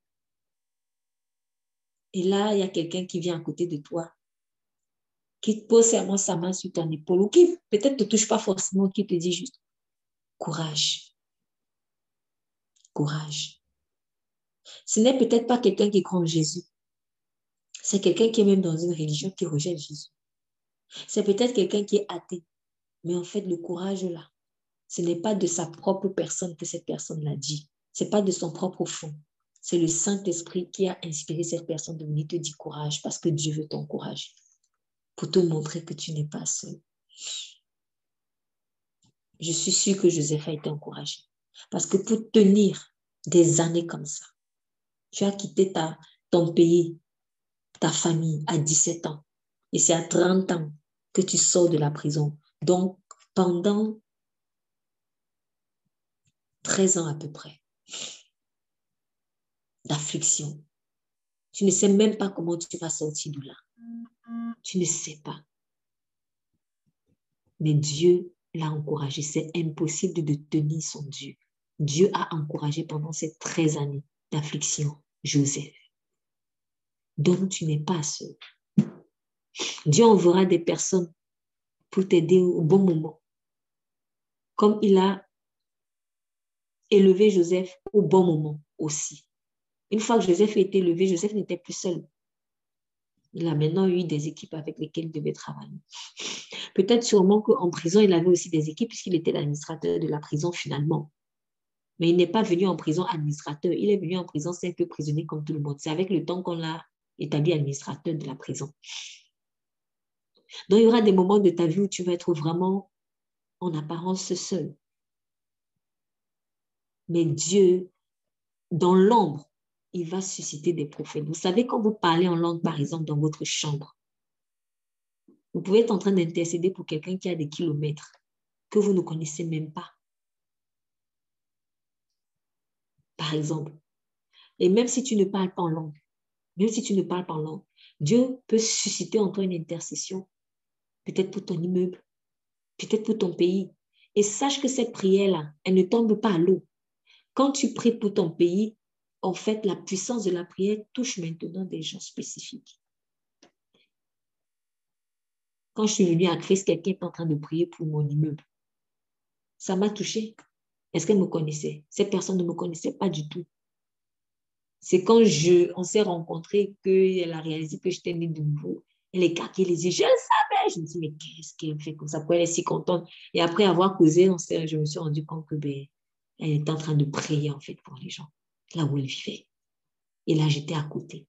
Et là, il y a quelqu'un qui vient à côté de toi, qui te pose seulement sa main sur ton épaule ou qui peut-être ne te touche pas forcément, qui te dit juste courage. Courage. Ce n'est peut-être pas quelqu'un qui croit en Jésus. C'est quelqu'un qui est même dans une religion qui rejette Jésus. C'est peut-être quelqu'un qui est athée. Mais en fait, le courage là, ce n'est pas de sa propre personne que cette personne l'a dit. Ce n'est pas de son propre fond. C'est le Saint-Esprit qui a inspiré cette personne de venir te dire courage parce que Dieu veut t'encourager. pour te montrer que tu n'es pas seul. Je suis sûre que Joseph a été encouragé. Parce que pour tenir des années comme ça, tu as quitté ta, ton pays, ta famille à dix-sept ans. Et c'est à trente ans que tu sors de la prison. Donc, pendant treize ans à peu près d'affliction, tu ne sais même pas comment tu vas sortir de là. Tu ne sais pas. Mais Dieu l'a encouragé. C'est impossible de tenir son Dieu. Dieu a encouragé pendant ces treize années d'affliction Joseph. Donc, tu n'es pas seul. Dieu enverra des personnes pour t'aider au bon moment. Comme il a élevé Joseph au bon moment aussi. Une fois que Joseph a été élevé, Joseph n'était plus seul. Il a maintenant eu des équipes avec lesquelles il devait travailler. Peut-être sûrement qu'en prison, il avait aussi des équipes puisqu'il était l'administrateur de la prison finalement. Mais il n'est pas venu en prison administrateur. Il est venu en prison simple prisonnier comme tout le monde. C'est avec le temps qu'on l'a établi administrateur de la prison. Donc, il y aura des moments de ta vie où tu vas être vraiment en apparence seul. Mais Dieu, dans l'ombre, il va susciter des prophètes. Vous savez, quand vous parlez en langue, par exemple, dans votre chambre, vous pouvez être en train d'intercéder pour quelqu'un qui a des kilomètres que vous ne connaissez même pas. Par exemple. Et même si tu ne parles pas en langue, même si tu ne parles pas en langue, Dieu peut susciter en toi une intercession, peut-être pour ton immeuble, peut-être pour ton pays. Et sache que cette prière-là, elle ne tombe pas à l'eau. Quand tu pries pour ton pays, en fait, la puissance de la prière touche maintenant des gens spécifiques. Quand je suis venue à Christ, quelqu'un est en train de prier pour mon immeuble. Ça m'a touchée. Est-ce qu'elle me connaissait? Cette personne ne me connaissait pas du tout. C'est quand je, on s'est rencontrés qu'elle a réalisé que j'étais née de nouveau. Elle écarquait les yeux. Je le savais. Je me dis, mais qu'est-ce qu'elle fait comme ça? Pourquoi elle est si contente? Et après avoir causé, on s'est, je me suis rendu compte que ben, elle était en train de prier en fait pour les gens, là où elle vivait. Et là, j'étais à côté.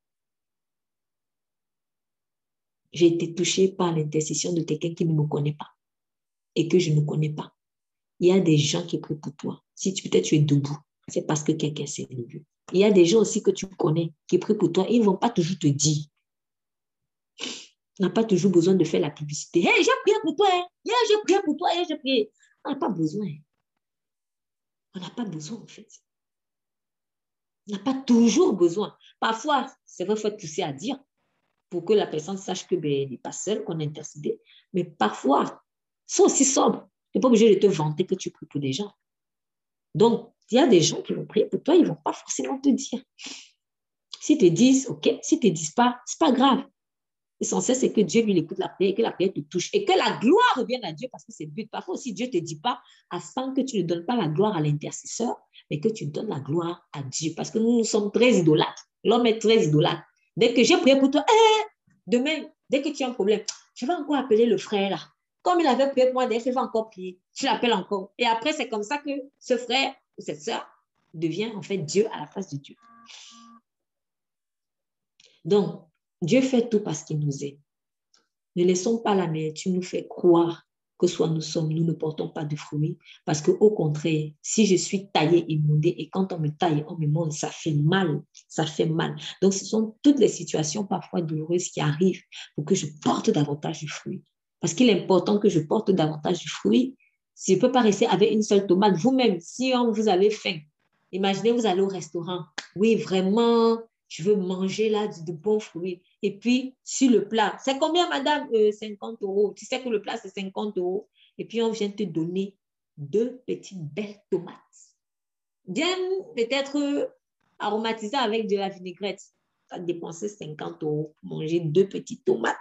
J'ai été touchée par l'intercession de quelqu'un qui ne me connaît pas et que je ne connais pas. Il y a des gens qui prient pour toi. Si tu, peut-être tu es debout, c'est parce que quelqu'un s'est levé. Il y a des gens aussi que tu connais qui prient pour toi. Ils ne vont pas toujours te dire. On n'a pas toujours besoin de faire la publicité. Hey, j'ai prié pour toi. Hein. Yeah, j'ai prié pour toi. Hey, j'ai prié. On n'a pas besoin. On n'a pas besoin, en fait. On n'a pas toujours besoin. Parfois, c'est vrai, il faut être poussé à dire pour que la personne sache que ben, n'est pas seule, qu'on a intercédé. Mais parfois, sois aussi sobre. Tu n'es pas obligé de te vanter que tu pries pour des gens. Donc, il y a des gens qui vont prier pour toi, ils ne vont pas forcément te dire. S'ils te disent, OK, s'ils ne te disent pas, ce n'est pas grave. L'essentiel, c'est que Dieu lui écoute la prière et que la prière te touche et que la gloire revienne à Dieu parce que c'est le but. Parfois aussi, Dieu ne te dit pas afin que tu ne donnes pas la gloire à l'intercesseur, mais que tu donnes la gloire à Dieu parce que nous, nous sommes très idolâtres. L'homme est très idolâtre. Dès que j'ai prié pour toi, hey, demain, dès que tu as un problème, je vais encore appeler le frère là. Comme il avait prié pour moi, d'ailleurs, il va encore prier. Je l'appelle encore. Et après, c'est comme ça que ce frère ou cette sœur devient en fait Dieu à la place de Dieu. Donc, Dieu fait tout parce qu'il nous aime. Ne laissons pas la nature nous faire croire que soit nous sommes, nous ne portons pas de fruits. Parce qu'au contraire, si je suis taillée, émondée, et quand on me taille, on me monde, ça fait mal. Ça fait mal. Donc, ce sont toutes les situations parfois douloureuses qui arrivent pour que je porte davantage de fruits. Parce qu'il est important que je porte davantage de fruits. Si je ne peux pas rester avec une seule tomate, vous-même, si on, vous avez faim, imaginez vous allez au restaurant. Oui, vraiment, je veux manger là de bons fruits. Et puis, sur le plat, c'est combien, madame? euh, cinquante euros. Tu sais que le plat, c'est cinquante euros. Et puis, on vient te donner deux petites belles tomates. Bien, peut-être euh, aromatisées avec de la vinaigrette. Tu as dépensé cinquante euros pour manger deux petites tomates.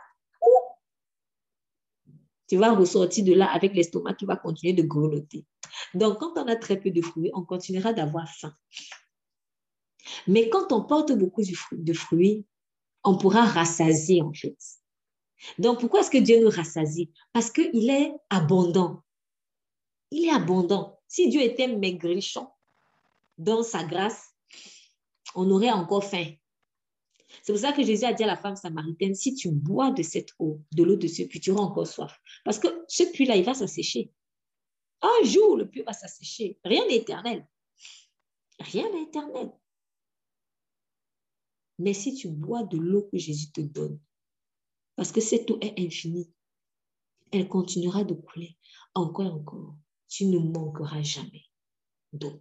Ouh! Tu vas ressortir de là avec l'estomac qui va continuer de grelotter. Donc, quand on a très peu de fruits, on continuera d'avoir faim. Mais quand on porte beaucoup de fruits, on pourra rassasier en fait. Donc, pourquoi est-ce que Dieu nous rassasie? Parce qu'il est abondant. Il est abondant. Si Dieu était maigrichon dans sa grâce, on aurait encore faim. C'est pour ça que Jésus a dit à la femme samaritaine, si tu bois de cette eau, de l'eau de ce puits, tu auras encore soif. Parce que ce puits-là, il va s'assécher. Un jour, le puits va s'assécher. Rien n'est éternel. Rien n'est éternel. Mais si tu bois de l'eau que Jésus te donne, parce que cette eau est infinie, elle continuera de couler encore et encore. Tu ne manqueras jamais d'eau.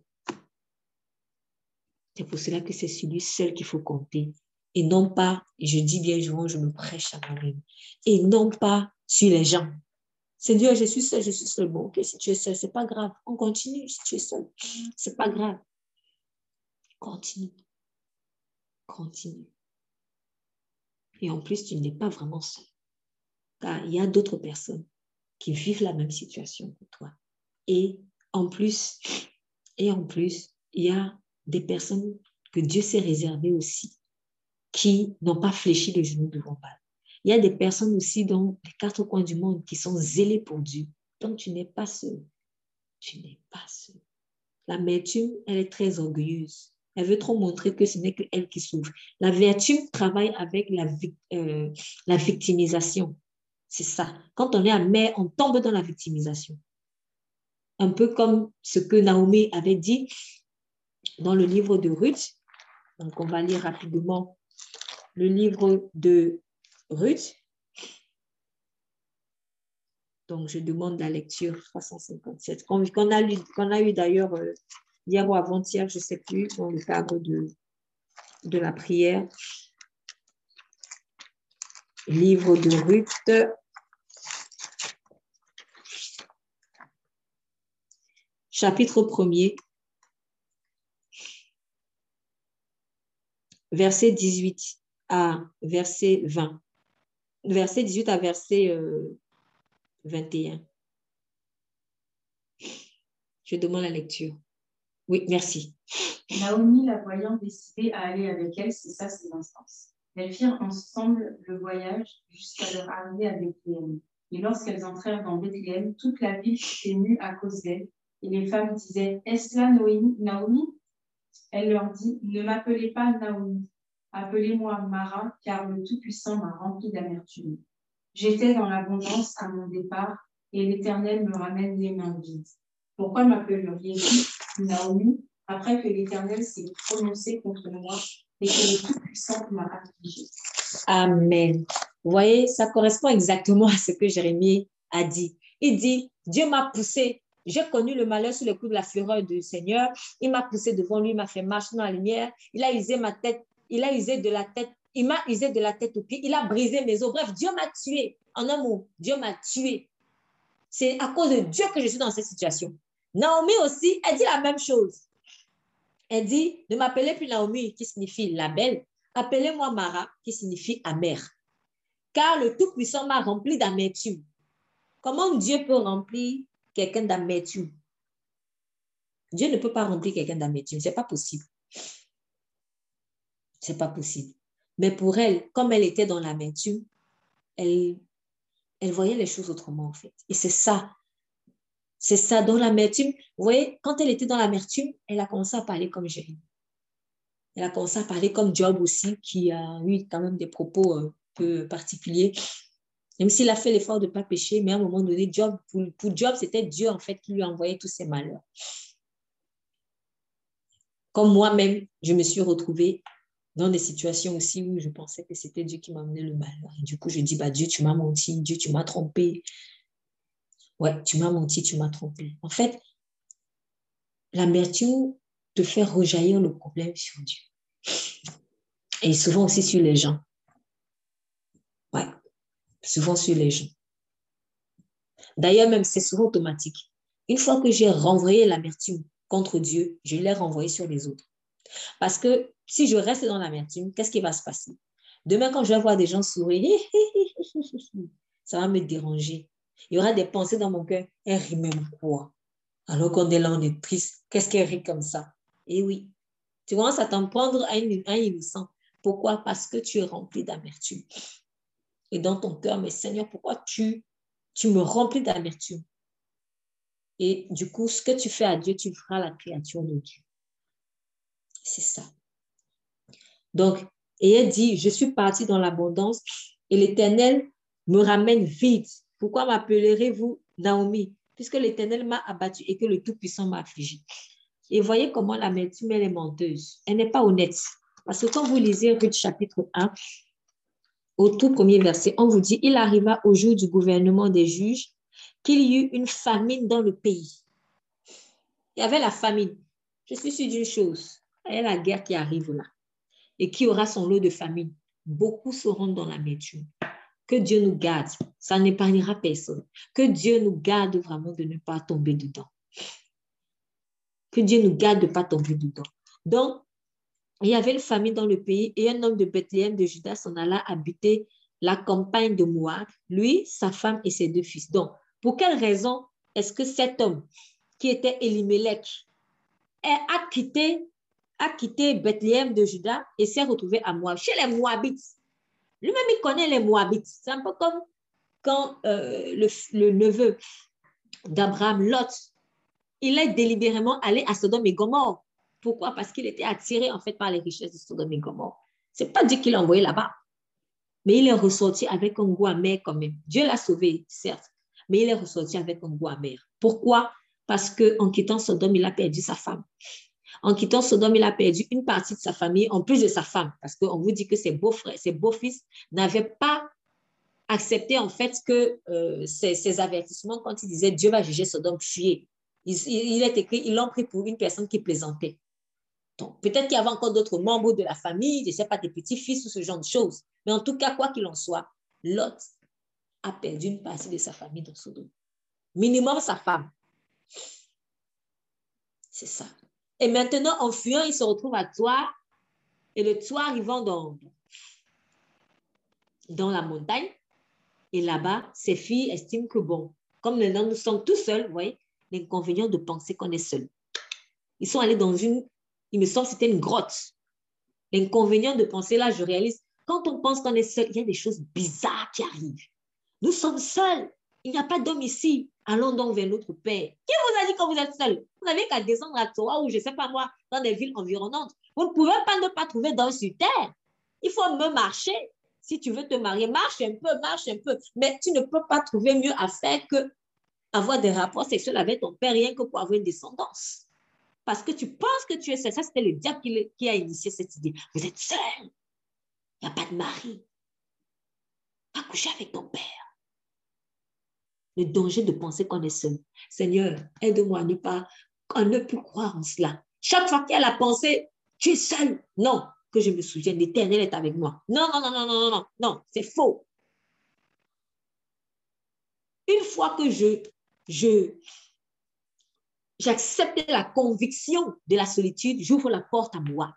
C'est pour cela que c'est sur lui seul qu'il faut compter. Et non pas, et je dis bien souvent, je me prêche à moi-même, et non pas sur les gens. Seigneur, je suis seul, je suis seul. Bon, ok, si tu es seul, c'est pas grave. On continue si tu es seul. C'est pas grave. Continue. Continue. Et en plus, tu n'es pas vraiment seul. Car il y a d'autres personnes qui vivent la même situation que toi. Et en plus, et en plus, il y a des personnes que Dieu s'est réservées aussi, qui n'ont pas fléchi le genou devant Baal. Il y a des personnes aussi dans les quatre coins du monde qui sont zélées pour Dieu. Donc, tu n'es pas seul. Tu n'es pas seul. L'amertume, elle est très orgueilleuse. Elle veut trop montrer que ce n'est que elle qui souffre. L'amertume travaille avec la, euh, la victimisation. C'est ça. Quand on est amer, on tombe dans la victimisation. Un peu comme ce que Naomi avait dit dans le livre de Ruth. Donc, on va lire rapidement le livre de Ruth. Donc, je demande la lecture trois cent cinquante-sept, qu'on qu'on a, lu, qu'on a eu d'ailleurs euh, hier ou avant-hier, je ne sais plus, dans le cadre de, de la prière. Livre de Ruth, chapitre premier, verset dix-huit à verset vingt. Verset dix-huit à verset euh, vingt et un. Je demande la lecture. Oui, merci. Naomi, la voyant décidée à aller avec elle, cessa ses instances. Elles firent ensemble le voyage jusqu'à leur arrivée à Bethléem. Et lorsqu'elles entrèrent dans Bethléem, toute la ville fut émue à cause d'elles. Et les femmes disaient, « Est-ce là Naomi ?» Elle leur dit, « Ne m'appelez pas Naomi, appelez-moi Mara, car le Tout-Puissant m'a rempli d'amertume. J'étais dans l'abondance à mon départ, et l'Éternel me ramène les mains vides. Pourquoi m'appelleriez-vous Naomi, après que l'Éternel s'est prononcé contre moi et que le Tout-Puissant m'a affligé? » Amen. Vous voyez, ça correspond exactement à ce que Jérémie a dit. Il dit, Dieu m'a poussé. J'ai connu le malheur sous le coup de la fureur du Seigneur. Il m'a poussé devant lui, il m'a fait marcher dans la lumière. Il a usé ma tête. Il a usé de la tête. Il m'a usé de la tête aux pieds. Il a brisé mes os. Bref, Dieu m'a tué. En un mot, Dieu m'a tué. C'est à cause de Dieu que je suis dans cette situation. Naomi aussi, elle dit la même chose. Elle dit, ne m'appelez plus Naomi, qui signifie la belle. Appelez-moi Mara, qui signifie amère. Car le Tout-Puissant m'a rempli d'amertume. Comment Dieu peut remplir quelqu'un d'amertume? Dieu ne peut pas remplir quelqu'un d'amertume. Ce n'est pas possible. Ce n'est pas possible. Mais pour elle, comme elle était dans l'amertume, elle, elle voyait les choses autrement, en fait. Et c'est ça. C'est ça, dans l'amertume. Vous voyez, quand elle était dans l'amertume, elle a commencé à parler comme Jérémie. Elle a commencé à parler comme Job aussi, qui a eu quand même des propos un peu particuliers. Même s'il a fait l'effort de ne pas pécher, mais à un moment donné, Job, pour, pour Job, c'était Dieu en fait qui lui envoyait tous ses malheurs. Comme moi-même, je me suis retrouvée dans des situations aussi où je pensais que c'était Dieu qui m'amenait le malheur. Et du coup, je dis, bah, Dieu, tu m'as menti, Dieu, tu m'as trompé. Ouais, tu m'as menti, tu m'as trompé. En fait, l'amertume te fait rejaillir le problème sur Dieu. Et souvent aussi sur les gens. Ouais, souvent sur les gens. D'ailleurs, même, c'est souvent automatique. Une fois que j'ai renvoyé l'amertume contre Dieu, je l'ai renvoyé sur les autres. Parce que si je reste dans l'amertume, qu'est-ce qui va se passer? Demain, quand je vais voir des gens sourire, ça va me déranger. Il y aura des pensées dans mon cœur. Elle rit même quoi? Alors qu'on est là, on est triste. Qu'est-ce qu'elle rit comme ça? Eh oui. Tu commences à t'en prendre à un innocent. Pourquoi? Parce que tu es rempli d'amertume. Et dans ton cœur, mais Seigneur, pourquoi tu, tu me remplis d'amertume? Et du coup, ce que tu fais à Dieu, tu le feras à la créature de Dieu. C'est ça. Donc, Et elle dit, je suis partie dans l'abondance et l'Éternel me ramène vite. Pourquoi m'appellerez-vous Naomi? Puisque l'Éternel m'a abattu et que le Tout-Puissant m'a affligé. Et voyez comment l'amertume, elle est menteuse. Elle n'est pas honnête. Parce que quand vous lisez Ruth chapitre un, au tout premier verset, on vous dit, il arriva au jour du gouvernement des juges qu'il y eut une famine dans le pays. Il y avait la famine. Je suis sûre d'une chose. Il y a la guerre qui arrive là. Et qui aura son lot de famine. Beaucoup seront dans l'amertume. Que Dieu nous garde. Ça n'épargnera personne. Que Dieu nous garde vraiment de ne pas tomber dedans. Que Dieu nous garde de ne pas tomber dedans. Donc, il y avait une famine dans le pays et un homme de Bethléem de Juda s'en alla habiter la campagne de Moab, lui, sa femme et ses deux fils. Donc, pour quelle raison est-ce que cet homme qui était Elimelech a quitté, a quitté Bethléem de Juda et s'est retrouvé à Moab, chez les Moabites? Lui-même, il connaît les Moabites. C'est un peu comme quand euh, le, le neveu d'Abraham, Lot, il est délibérément allé à Sodome et Gomorrhe. Pourquoi? Parce qu'il était attiré en fait par les richesses de Sodome et Gomorrhe. Ce n'est pas Dieu qui l'a envoyé là-bas, mais il est ressorti avec un goût amer quand même. Dieu l'a sauvé, certes, mais il est ressorti avec un goût amer. Pourquoi? Parce qu'en quittant Sodome, il a perdu sa femme. En quittant Sodome, il a perdu une partie de sa famille, en plus de sa femme, parce qu'on vous dit que ses beaux-frères, ses beaux-fils n'avaient pas accepté en fait que euh, ces, ces avertissements, quand il disait Dieu va juger Sodome, fuyez. Il, il, il est écrit, ils l'ont pris pour une personne qui plaisantait. Donc, peut-être qu'il y avait encore d'autres membres de la famille, je ne sais pas, des petits-fils ou ce genre de choses. Mais en tout cas, quoi qu'il en soit, Lot a perdu une partie de sa famille dans Sodome. Minimum sa femme. C'est ça. Et maintenant, en fuyant, il se retrouve à Toir. Et le Toir arrivant dans, dans la montagne. Et là-bas, ses filles estiment que bon, comme maintenant nous sommes tout seuls, vous voyez, l'inconvénient de penser qu'on est seul. Ils sont allés dans une, il me semble que c'était une grotte. L'inconvénient de penser là, je réalise, quand on pense qu'on est seul, il y a des choses bizarres qui arrivent. Nous sommes seuls. Il n'y a pas d'homme ici. Allons donc vers notre Père. Qui vous a dit que vous êtes seul? Vous n'avez qu'à descendre à Toa ou je ne sais pas moi, dans des villes environnantes. Vous ne pouvez pas ne pas trouver d'homme sur terre. Il faut me marcher. Si tu veux te marier, marche un peu, marche un peu. Mais tu ne peux pas trouver mieux à faire que avoir des rapports sexuels avec ton père rien que pour avoir une descendance. Parce que tu penses que tu es seul. Ça, c'était le diable qui, qui a initié cette idée. Vous êtes seul. Il n'y a pas de mari. Va coucher avec ton père. Le danger de penser qu'on est seul. Seigneur, aide-moi à ne pas, à ne plus croire en cela. Chaque fois qu'il y a la pensée, tu es seul. Non, que je me souvienne, l'Éternel est avec moi. Non, non, non, non, non, non, non, non, c'est faux. Une fois que je, je, j'accepte la conviction de la solitude, j'ouvre la porte à moi,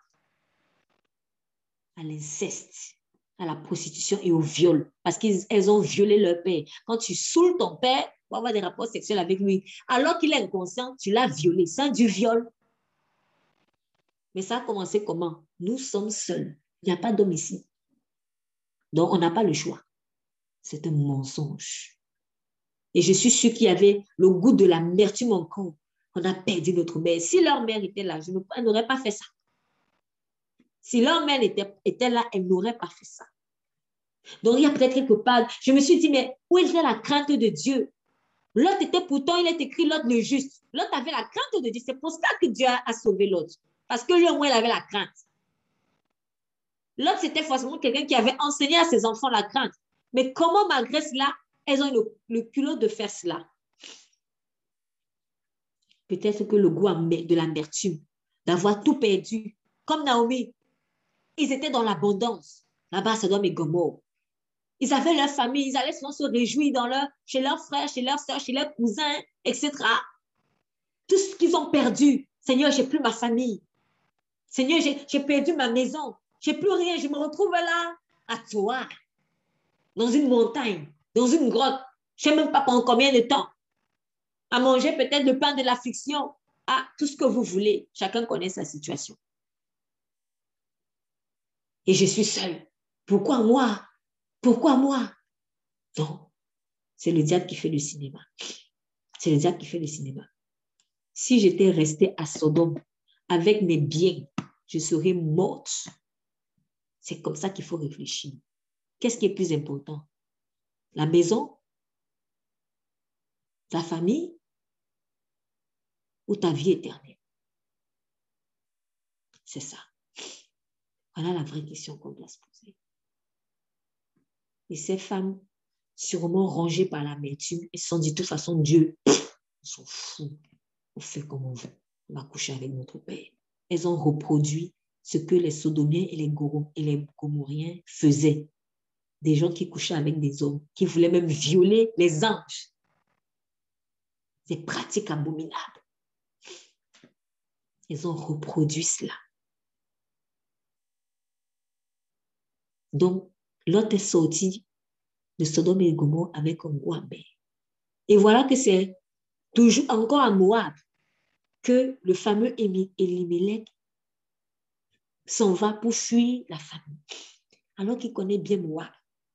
à l'inceste, à la prostitution et au viol, parce qu'elles ont violé leur père. Quand tu saoules ton père pour avoir des rapports sexuels avec lui, alors qu'il est inconscient, tu l'as violé. C'est du viol. Mais ça a commencé comment? Nous sommes seuls. Il n'y a pas d'homme ici. Donc, on n'a pas le choix. C'est un mensonge. Et je suis sûre qu'il y avait le goût de l'amertume encore. On a perdu notre mère. Si leur mère était là, je n'aurais pas fait ça. Si leur mère était, était là, elle n'aurait pas fait ça. Donc, il y a peut-être quelque part, je me suis dit, mais où était la crainte de Dieu? L'autre était pourtant, il est écrit l'autre le juste. L'autre avait la crainte de Dieu. C'est pour ça que Dieu a, a sauvé l'autre. Parce que lui, au moins, il avait la crainte. L'autre, c'était forcément quelqu'un qui avait enseigné à ses enfants la crainte. Mais comment, malgré cela, elles ont le, le culot de faire cela? Peut-être que le goût de l'amertume, d'avoir tout perdu, comme Naomi, ils étaient dans l'abondance. Là-bas, à Sodome et Gomorrhe. Ils avaient leur famille, ils allaient souvent se réjouir dans leur, chez leurs frères, chez leurs soeurs, chez leurs cousins, et cetera. Tout ce qu'ils ont perdu. Seigneur, j'ai plus ma famille. Seigneur, j'ai perdu ma maison. J'ai plus rien. Je me retrouve là, à toi, dans une montagne, dans une grotte. Je ne sais même pas pendant combien de temps. À manger peut-être le pain de l'affliction. Ah, tout ce que vous voulez. Chacun connaît sa situation. Et je suis seule. Pourquoi moi? Pourquoi moi? Non, c'est le diable qui fait le cinéma. C'est le diable qui fait le cinéma. Si j'étais restée à Sodome avec mes biens, je serais morte. C'est comme ça qu'il faut réfléchir. Qu'est-ce qui est plus important? La maison? Ta famille? Ou ta vie éternelle? C'est ça. Voilà la vraie question qu'on doit se poser. Et ces femmes, sûrement rongées par l'amertume, elles se sont dit, de toute façon, Dieu, on s'en fout. On fait comme on veut. On va coucher avec notre père. Elles ont reproduit ce que les Sodomiens et les, Goro, et les Gomorriens faisaient. Des gens qui couchaient avec des hommes, qui voulaient même violer les anges. Des pratiques abominables. Elles ont reproduit cela. Donc, Lot est sorti de Sodome et Gomorrhe avec un goût amer. Et voilà que c'est toujours encore à Moab que le fameux Elimelech s'en va pour fuir la famille. Alors qu'il connaît bien Moab.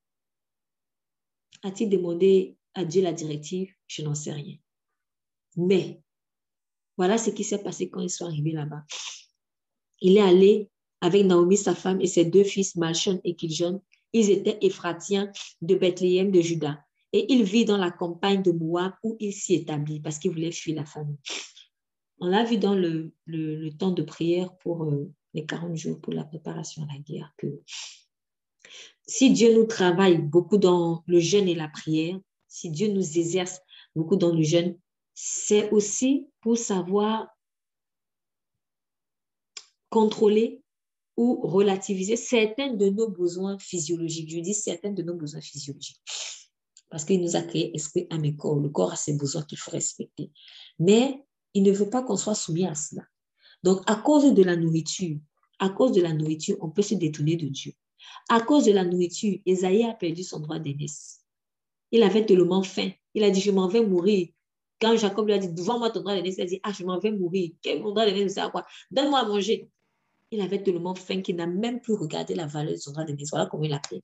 A-t-il demandé à Dieu la directive? Je n'en sais rien. Mais, voilà ce qui s'est passé quand ils sont arrivés là-bas. Il est allé avec Naomi, sa femme, et ses deux fils, Malchon et Kiljon. Ils étaient Éphratiens de Bethléem de Juda. Et il vit dans la campagne de Moab où il s'y établit parce qu'il voulait fuir la famille. On l'a vu dans le, le, le temps de prière pour euh, les quarante jours pour la préparation à la guerre que si Dieu nous travaille beaucoup dans le jeûne et la prière, si Dieu nous exerce beaucoup dans le jeûne, c'est aussi pour savoir contrôler ou relativiser certains de nos besoins physiologiques. Je dis certains de nos besoins physiologiques. Parce qu'il nous a créé esprit, âme et corps. Le corps a ses besoins qu'il faut respecter. Mais il ne veut pas qu'on soit soumis à cela. Donc, à cause de la nourriture, à cause de la nourriture, on peut se détourner de Dieu. À cause de la nourriture, Ésaïe a perdu son droit d'aînesse. Il avait tellement faim. Il a dit, je m'en vais mourir. Quand Jacob lui a dit, devant-moi ton droit d'aînesse, il a dit, ah, je m'en vais mourir. Quel est mon droit d'aînesse? C'est à quoi? Donne-moi à manger. Il avait tellement faim qu'il n'a même plus regardé la valeur de son droit d'aînesse. Voilà comment il a perdu.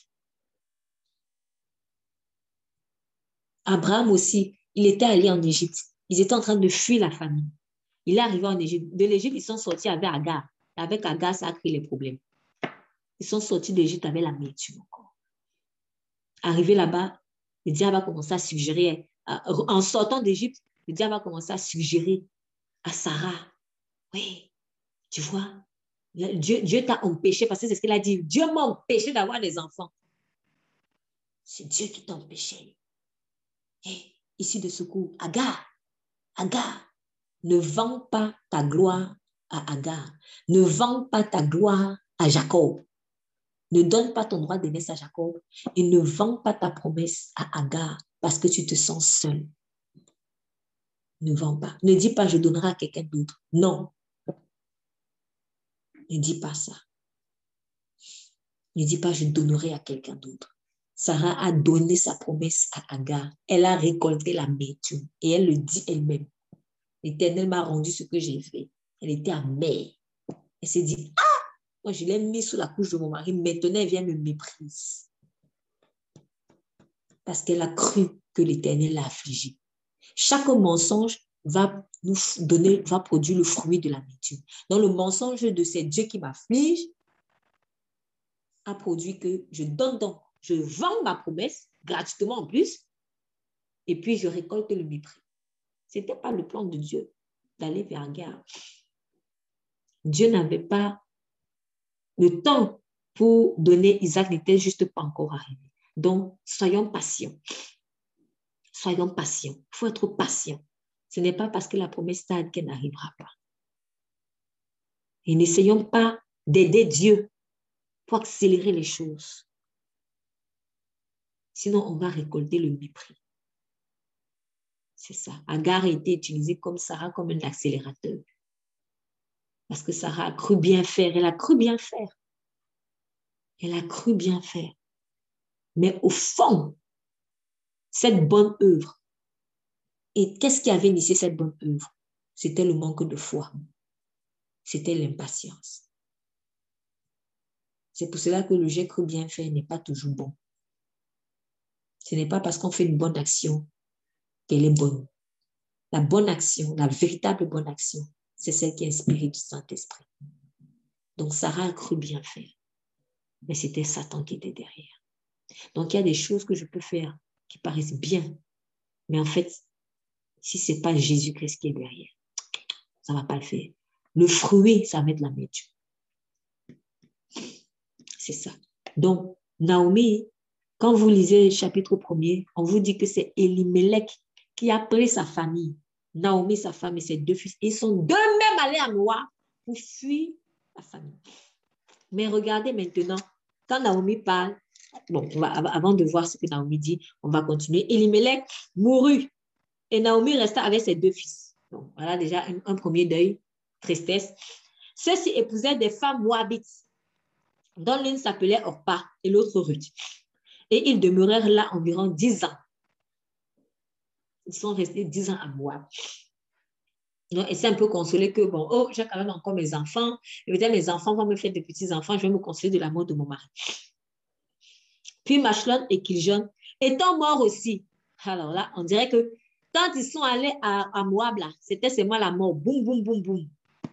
Abraham aussi, il était allé en Égypte. Ils étaient en train de fuir la famille. Il est arrivé en Égypte. De l'Égypte, ils sont sortis avec Agar. Avec Agar, ça a créé les problèmes. Ils sont sortis d'Égypte avec la l'amertume encore. Arrivé là-bas, le diable a commencé à suggérer, en sortant d'Égypte, le diable a commencé à suggérer à Sarah, oui, tu vois, Dieu, Dieu t'a empêché, parce que c'est ce qu'il a dit, Dieu m'a empêché d'avoir des enfants. C'est Dieu qui t'a empêché. Et ici de secours, Agar, Agar, ne vends pas ta gloire à Agar. Ne vends pas ta gloire à Jacob. Ne donne pas ton droit d'aînesse à Jacob et ne vends pas ta promesse à Agar parce que tu te sens seul. Ne vends pas. Ne dis pas je donnerai à quelqu'un d'autre. Non. Ne dis pas ça. Ne dis pas je donnerai à quelqu'un d'autre. Sarah a donné sa promesse à Agar. Elle a récolté l'amertume et elle le dit elle-même. L'Éternel m'a rendu ce que j'ai fait. Elle était amère. Elle s'est dit, ah, moi je l'ai mis sous la couche de mon mari, maintenant elle vient me mépriser. Parce qu'elle a cru que l'Éternel l'a affligée. Chaque mensonge va nous donner, va produire le fruit de l'amertume. Donc le mensonge de c'est Dieu qui m'afflige a produit que je donne donc, je vends ma promesse gratuitement en plus, et puis je récolte le mépris. Ce n'était pas le plan de Dieu d'aller vers la guerre. Dieu n'avait pas le temps pour donner Isaac, n'était juste pas encore arrivé. Donc, soyons patients. Soyons patients. Il faut être patient. Ce n'est pas parce que la promesse tarde qu'elle n'arrivera pas. Et n'essayons pas d'aider Dieu pour accélérer les choses. Sinon, on va récolter le mépris. C'est ça. Agar a été utilisée comme Sarah, comme un accélérateur. Parce que Sarah a cru bien faire. Elle a cru bien faire. Elle a cru bien faire. Mais au fond, cette bonne œuvre, et qu'est-ce qui avait initié cette bonne œuvre? C'était le manque de foi. C'était l'impatience. C'est pour cela que le j'ai cru bien faire n'est pas toujours bon. Ce n'est pas parce qu'on fait une bonne action qu'elle est bonne. La bonne action, la véritable bonne action, c'est celle qui est inspirée du Saint-Esprit. Donc, Sarah a cru bien faire. mais c'était Satan qui était derrière. Donc, il y a des choses que je peux faire qui paraissent bien, mais en fait, si ce n'est pas Jésus-Christ qui est derrière, ça ne va pas le faire. Le fruit, ça va être la méthode. C'est ça. Donc, Naomi, quand vous lisez le chapitre premier, on vous dit que c'est Elimelech qui a pris sa famille, Naomi, sa femme et ses deux fils. Ils sont d'eux-mêmes allés à Moab pour fuir la famille. Mais regardez maintenant, quand Naomi parle, bon, on va, avant de voir ce que Naomi dit, on va continuer. Elimelech mourut et Naomi resta avec ses deux fils. Donc, voilà déjà un, un premier deuil, tristesse. Ceux-ci épousaient des femmes moabites, dont l'une s'appelait Orpa et l'autre Ruth. Et ils demeurèrent là environ dix ans. Ils sont restés dix ans à Moab. Et c'est un peu consolé que, bon, oh, j'ai quand même encore mes enfants. Et peut-être mes enfants vont me faire des petits-enfants. Je vais me consoler de la mort de mon mari. Puis Machlon et Kiljon étant morts aussi. Alors là, on dirait que quand ils sont allés à, à Moab, là, c'était seulement la mort. Boum, boum, boum, boum.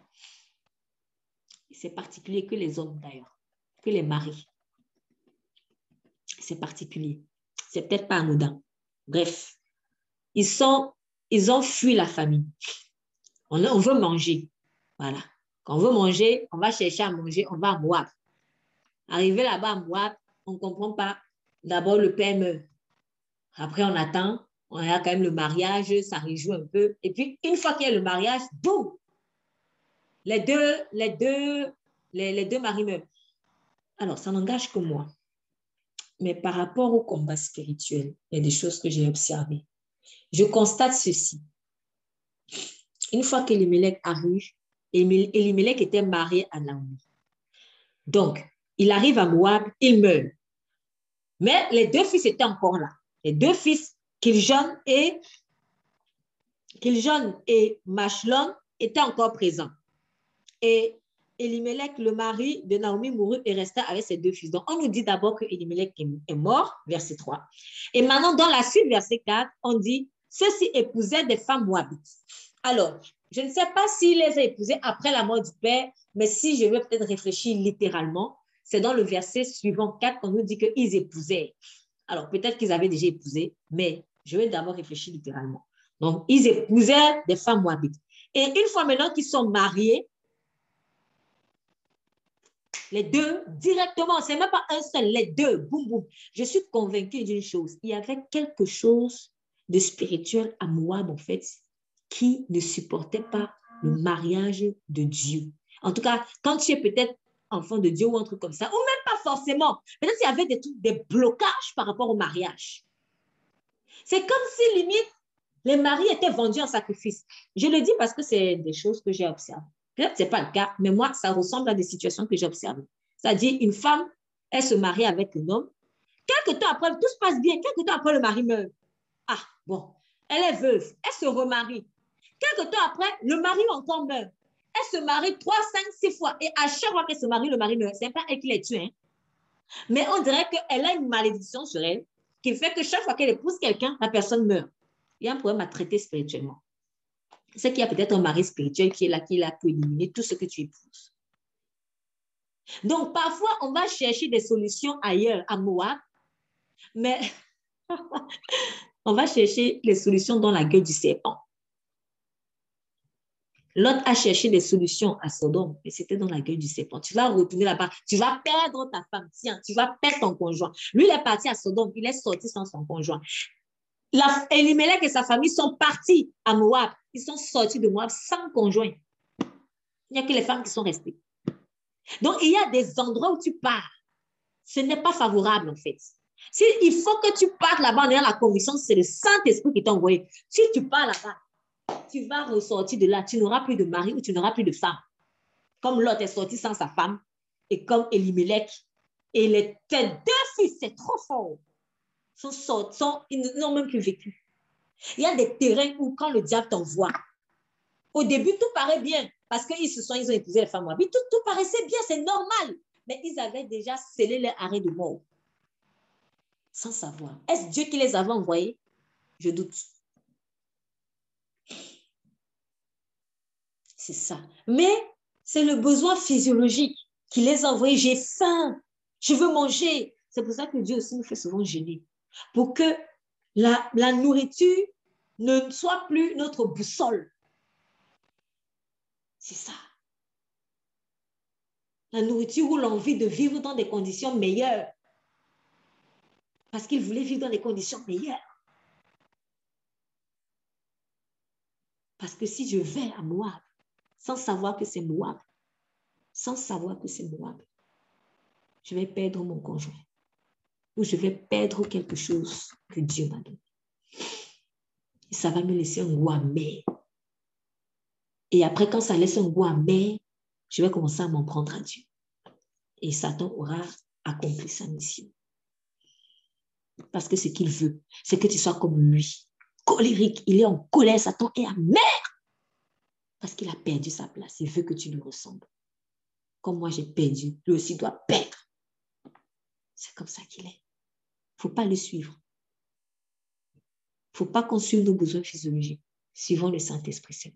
C'est particulier que les hommes, d'ailleurs, que les maris. C'est particulier. C'est peut-être pas anodin. Bref, ils, sont, ils ont fui la famille. On, on veut manger. Voilà. Quand on veut manger, on va chercher à manger, on va à Moab. Arrivé là-bas à Moab, on ne comprend pas. D'abord, le père meurt. Après, on attend. On a quand même le mariage, ça réjoue un peu. Et puis, une fois qu'il y a le mariage, boum! Les deux, les deux, les, les deux maris meurent. Alors, ça n'engage que moi. Mais par rapport au combat spirituel, il y a des choses que j'ai observées. Je constate ceci. Une fois qu'Elimelech arrive, Elimelech était marié à Naomi. Donc, il arrive à Moab, il meurt. Mais les deux fils étaient encore là. Les deux fils, Kiljon et, Kiljon et Machlon, étaient encore présents. Et Elimelech, le mari de Naomi, mourut et resta avec ses deux fils. Donc, on nous dit d'abord que Elimelech est mort, verset trois. Et maintenant, dans la suite, verset quatre, on dit, ceux-ci épousaient des femmes moabites. Alors, je ne sais pas s'il les a épousées après la mort du père, mais si je veux peut-être réfléchir littéralement, c'est dans le verset suivant quatre qu'on nous dit qu'ils épousaient. Alors, peut-être qu'ils avaient déjà épousé, mais je vais d'abord réfléchir littéralement. Donc, ils épousaient des femmes moabites. Et une fois maintenant qu'ils sont mariés, les deux, directement, ce n'est même pas un seul, les deux, boum, boum. Je suis convaincue d'une chose, il y avait quelque chose de spirituel à Moab, en fait, qui ne supportait pas le mariage de Dieu. En tout cas, quand tu es peut-être enfant de Dieu ou un truc comme ça, ou même pas forcément, peut-être qu'il y avait des, trucs, des blocages par rapport au mariage. C'est comme si, limite, les maris étaient vendus en sacrifice. Je le dis parce que c'est des choses que j'ai observées. Peut-être que ce n'est pas le cas, mais moi, ça ressemble à des situations que j'ai observées. C'est-à-dire, une femme, elle se marie avec un homme. Quelque temps après, tout se passe bien. Quelque temps après, le mari meurt. Ah, bon, elle est veuve. Elle se remarie. Quelque temps après, le mari encore meurt. Elle se marie trois, cinq, six fois. Et à chaque fois qu'elle se marie, le mari meurt. Ce n'est pas elle qui l'a tué. Hein. Mais on dirait qu'elle a une malédiction sur elle qui fait que chaque fois qu'elle épouse quelqu'un, la personne meurt. Il y a un problème à traiter spirituellement. C'est qu'il y a peut-être un mari spirituel qui est là, qui est là pour éliminer tout ce que tu épouses. Donc, parfois, on va chercher des solutions ailleurs, à Moab, mais on va chercher les solutions dans la gueule du serpent. L'autre a cherché des solutions à Sodome, mais c'était dans la gueule du serpent. Tu vas retourner là-bas, tu vas perdre ta femme, tiens, tu vas perdre ton conjoint. Lui, il est parti à Sodome, il est sorti sans son conjoint. Elimelech et sa famille sont partis à Moab. Ils sont sortis de Moab sans conjoint. Il n'y a que les femmes qui sont restées. Donc, il y a des endroits où tu pars. Ce n'est pas favorable, en fait. Si, il faut que tu partes là-bas en ayant la conviction que c'est le Saint-Esprit qui t'a envoyé. Si tu pars là-bas, tu vas ressortir de là. Tu n'auras plus de mari ou tu n'auras plus de femme. Comme Lot est sorti sans sa femme et comme Elimelech. Et les, tes deux fils, c'est trop fort. Sont sortis, sont, ils n'ont même plus vécu. Il y a des terrains où quand le diable t'envoie, au début, tout paraît bien parce qu'ils se sont, ils ont épousé les femmes moabites. Tout, tout paraissait bien, c'est normal. Mais ils avaient déjà scellé leur arrêt de mort. Sans savoir. Est-ce Dieu qui les avait envoyés? Je doute. C'est ça. Mais c'est le besoin physiologique qui les a envoyés. J'ai faim. Je veux manger. C'est pour ça que Dieu aussi nous fait souvent jeûner. Pour que la, la nourriture ne soit plus notre boussole. C'est ça. La nourriture ou l'envie de vivre dans des conditions meilleures. Parce qu'il voulait vivre dans des conditions meilleures. Parce que si je vais à Moab, sans savoir que c'est Moab, sans savoir que c'est Moab, je vais perdre mon conjoint. Ou je vais perdre quelque chose que Dieu m'a donné. Et ça va me laisser un goût amer. Et après, quand ça laisse un goût amer, je vais commencer à m'en prendre à Dieu. Et Satan aura accompli sa mission. Parce que ce qu'il veut, c'est que tu sois comme lui. Colérique, il est en colère, Satan est amer. Parce qu'il a perdu sa place. Il veut que tu lui ressembles. Comme moi, j'ai perdu, lui aussi doit perdre. C'est comme ça qu'il est. Il ne faut pas le suivre. Il ne faut pas qu'on suive nos besoins physiologiques. Suivons le Saint-Esprit Saint.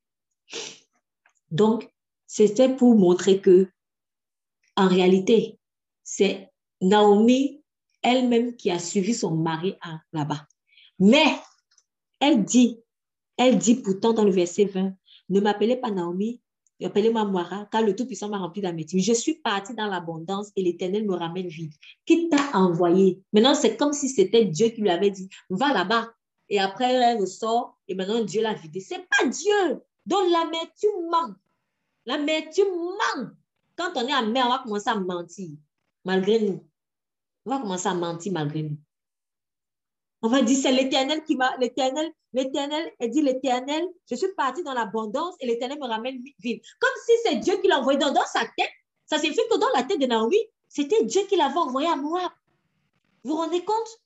Donc, c'était pour montrer que, en réalité, c'est Naomi elle-même qui a suivi son mari là-bas. Mais, elle dit, elle dit pourtant dans le verset vingt, ne m'appelez pas Naomi, appelez-moi Moira, car le Tout-Puissant m'a rempli d'amertume. Je suis partie dans l'abondance et l'Éternel me ramène vide. Qui t'a envoyé? Maintenant, c'est comme si c'était Dieu qui lui avait dit, va là-bas. Et après, elle ressort et maintenant Dieu l'a vidé. C'est pas Dieu. Donc, l'amertume manque. L'amertume manque. Quand on est amer, on va commencer à mentir, malgré nous. On va commencer à mentir malgré nous. On va dire, c'est l'Éternel qui m'a, l'Éternel, l'Éternel, elle dit l'Éternel, je suis partie dans l'abondance et l'Éternel me ramène vide. Comme si c'est Dieu qui l'a envoyé dans, dans sa tête. Ça signifie que dans la tête de Naomi, c'était Dieu qui l'avait envoyé à Moab. Vous vous rendez compte?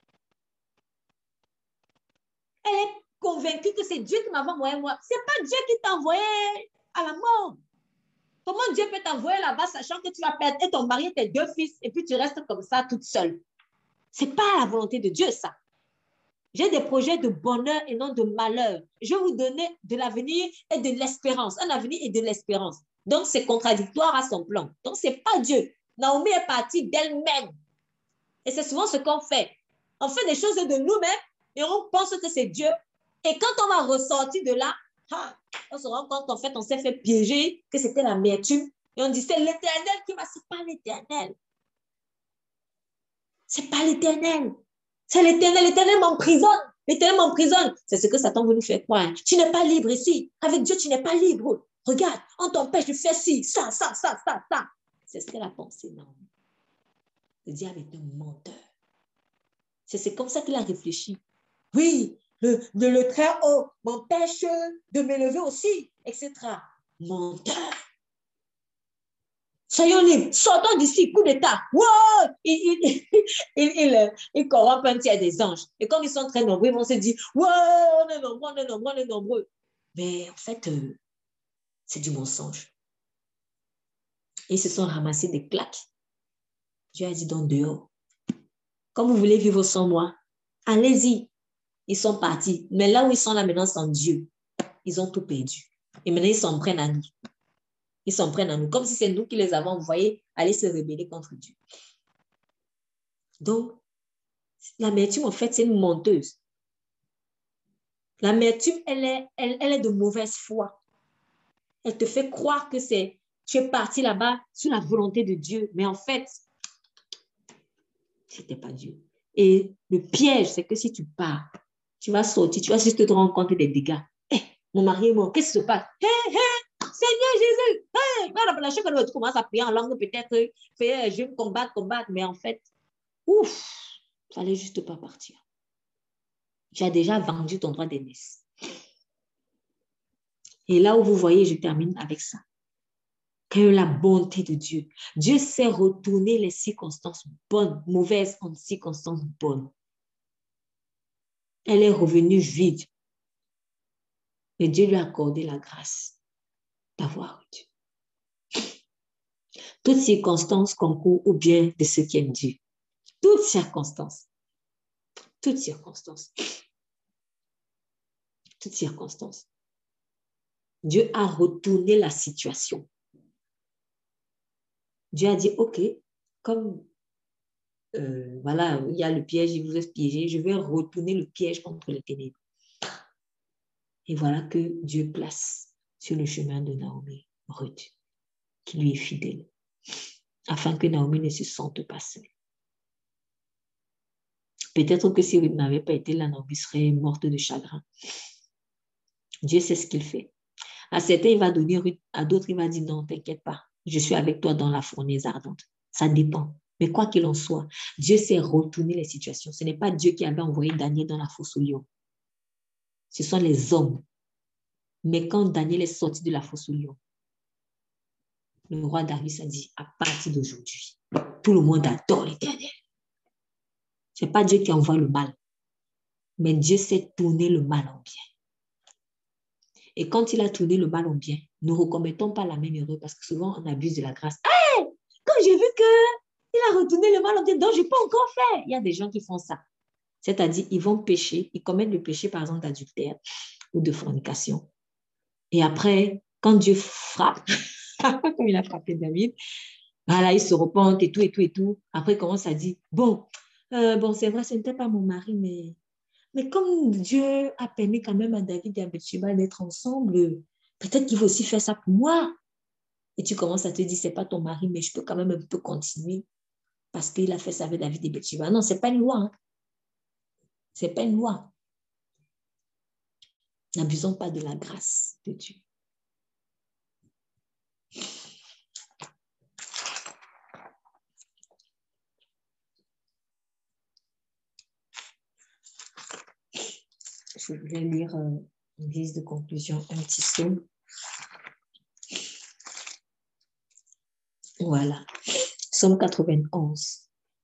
Elle est convaincue que c'est Dieu qui m'avait envoyé à Moab. Ce n'est pas Dieu qui t'a envoyé à la mort. Comment Dieu peut t'envoyer là-bas sachant que tu vas perdre et ton mari et tes deux fils et puis tu restes comme ça toute seule? Ce n'est pas la volonté de Dieu, ça. J'ai des projets de bonheur et non de malheur. Je vais vous donner de l'avenir et de l'espérance. Un avenir et de l'espérance. Donc, c'est contradictoire à son plan. Donc, ce n'est pas Dieu. Naomi est partie d'elle-même. Et c'est souvent ce qu'on fait. On fait des choses de nous-mêmes et on pense que c'est Dieu. Et quand on va ressortir de là, on se rend compte qu'en fait, on s'est fait piéger, que c'était l'amertume. Et on dit, c'est l'Éternel qui va, c'est pas l'Éternel. C'est pas l'Éternel. C'est l'Éternel. L'Éternel m'emprisonne. L'Éternel m'emprisonne. C'est ce que Satan veut nous faire croire. Tu n'es pas libre ici. Avec Dieu, tu n'es pas libre. Regarde, on t'empêche de faire ci, ça, ça, ça, ça, ça. C'est ce qu'elle a pensé, non. Le diable est un menteur. C'est comme ça qu'il a réfléchi. Oui, le, le, le très haut m'empêche de m'élever aussi, et cetera. Menteur. Soyons libres, sortons d'ici, coup d'état. Wow! Il, il, il, il, il corrompt un tiers des anges. Et comme ils sont très nombreux, ils vont se dire, wow, on est nombreux, on est nombreux, on est nombreux. Mais en fait, euh, c'est du mensonge. Ils se sont ramassés des claques. Dieu a dit, donc dehors. Comme vous voulez vivre sans moi, allez-y. Ils sont partis. Mais là où ils sont là maintenant sans Dieu, ils ont tout perdu. Et maintenant, ils s'en prennent à nous. Ils s'en prennent à nous, comme si c'est nous qui les avons envoyés aller se rebeller contre Dieu. Donc, l'amertume, en fait, c'est une menteuse. L'amertume, elle est, elle, elle est de mauvaise foi. Elle te fait croire que c'est, tu es parti là-bas sous la volonté de Dieu. Mais en fait, ce n'était pas Dieu. Et le piège, c'est que si tu pars, tu vas sortir, tu vas juste te rendre compte des dégâts. Hey, mon mari est mort, qu'est-ce qui se passe? Hey, hey, Seigneur Jésus! Hey! La chose que tu commences à prier en langue, peut-être, faire je combattre, combattre, mais en fait, ouf, il fallait juste pas partir. Tu as déjà vendu ton droit d'aînesse. Et là où vous voyez, je termine avec ça. Que la bonté de Dieu. Dieu sait retourner les circonstances bonnes, mauvaises en circonstances bonnes. Elle est revenue vide. Mais Dieu lui a accordé la grâce d'avoir eu Dieu. Toutes circonstances concourent au bien de ceux qui aiment Dieu. Toutes circonstances. Toutes circonstances. Toutes circonstances. Dieu a retourné la situation. Dieu a dit, OK, comme, euh, voilà, il y a le piège, il vous est piégé, je vais retourner le piège contre les ténèbres. Et voilà que Dieu place sur le chemin de Naomi Ruth, qui lui est fidèle, afin que Naomi ne se sente pas seule. Peut-être que si Ruth n'avait pas été là, Naomi serait morte de chagrin. Dieu sait ce qu'il fait. À certains, il va donner Ruth, à d'autres, il va dire non, t'inquiète pas, je suis avec toi dans la fournaise ardente. Ça dépend. Mais quoi qu'il en soit, Dieu sait retourner les situations. Ce n'est pas Dieu qui avait envoyé Daniel dans la fosse au lion. Ce sont les hommes. Mais quand Daniel est sorti de la fosse au lion, le roi Darius a dit, à partir d'aujourd'hui, tout le monde adore l'Éternel. Ce n'est pas Dieu qui envoie le mal, mais Dieu sait tourner le mal en bien. Et quand il a tourné le mal en bien, ne recommettons pas la même erreur parce que souvent on abuse de la grâce. Hey, quand j'ai vu qu'il a retourné le mal en bien, donc je n'ai pas encore fait. Il y a des gens qui font ça. C'est-à-dire, ils vont pécher, ils commettent le péché, par exemple, d'adultère ou de fornication. Et après, quand Dieu frappe, comme il a frappé David, voilà, il se repente et tout, et tout, et tout. Après, il commence à dire, bon, euh, bon, c'est vrai, ce n'était pas mon mari, mais, mais comme Dieu a permis quand même à David et à Bathsheba d'être ensemble, peut-être qu'il va aussi faire ça pour moi. Et tu commences à te dire, c'est pas ton mari, mais je peux quand même un peu continuer parce qu'il a fait ça avec David et Bathsheba. Non, c'est pas une loi. Hein. C'est pas une loi. N'abusons pas de la grâce de Dieu. Je vais lire euh, une liste de conclusion, un petit psaume. Voilà. Psaume quatre-vingt-onze.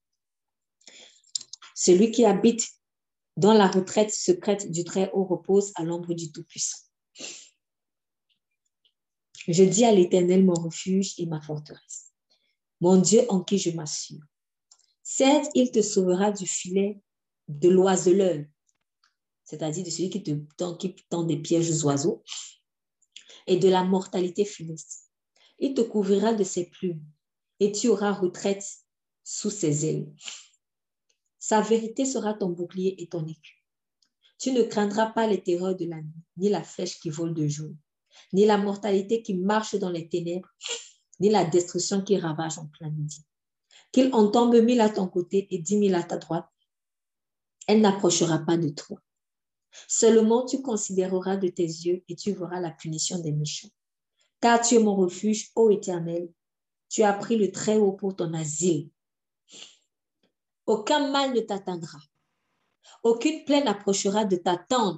Celui qui habite dans la retraite secrète du Très-Haut repose à l'ombre du Tout-Puissant. Je dis à l'Éternel mon refuge et ma forteresse, mon Dieu en qui je m'assure. Certes, il te sauvera du filet de l'oiseleur, c'est-à-dire de celui qui te tend, qui tend des pièges aux oiseaux, et de la mortalité funeste. Il te couvrira de ses plumes, et tu auras retraite sous ses ailes. Sa vérité sera ton bouclier et ton écu. Tu ne craindras pas les terreurs de la nuit, ni la flèche qui vole de jour, ni la mortalité qui marche dans les ténèbres, ni la destruction qui ravage en plein midi. Qu'il en tombe mille à ton côté et dix mille à ta droite, elle n'approchera pas de toi. Seulement tu considéreras de tes yeux et tu verras la punition des méchants. Car tu es mon refuge, ô Éternel, tu as pris le Très-Haut pour ton asile. Aucun mal ne t'atteindra. Aucune plaie n'approchera de ta tente,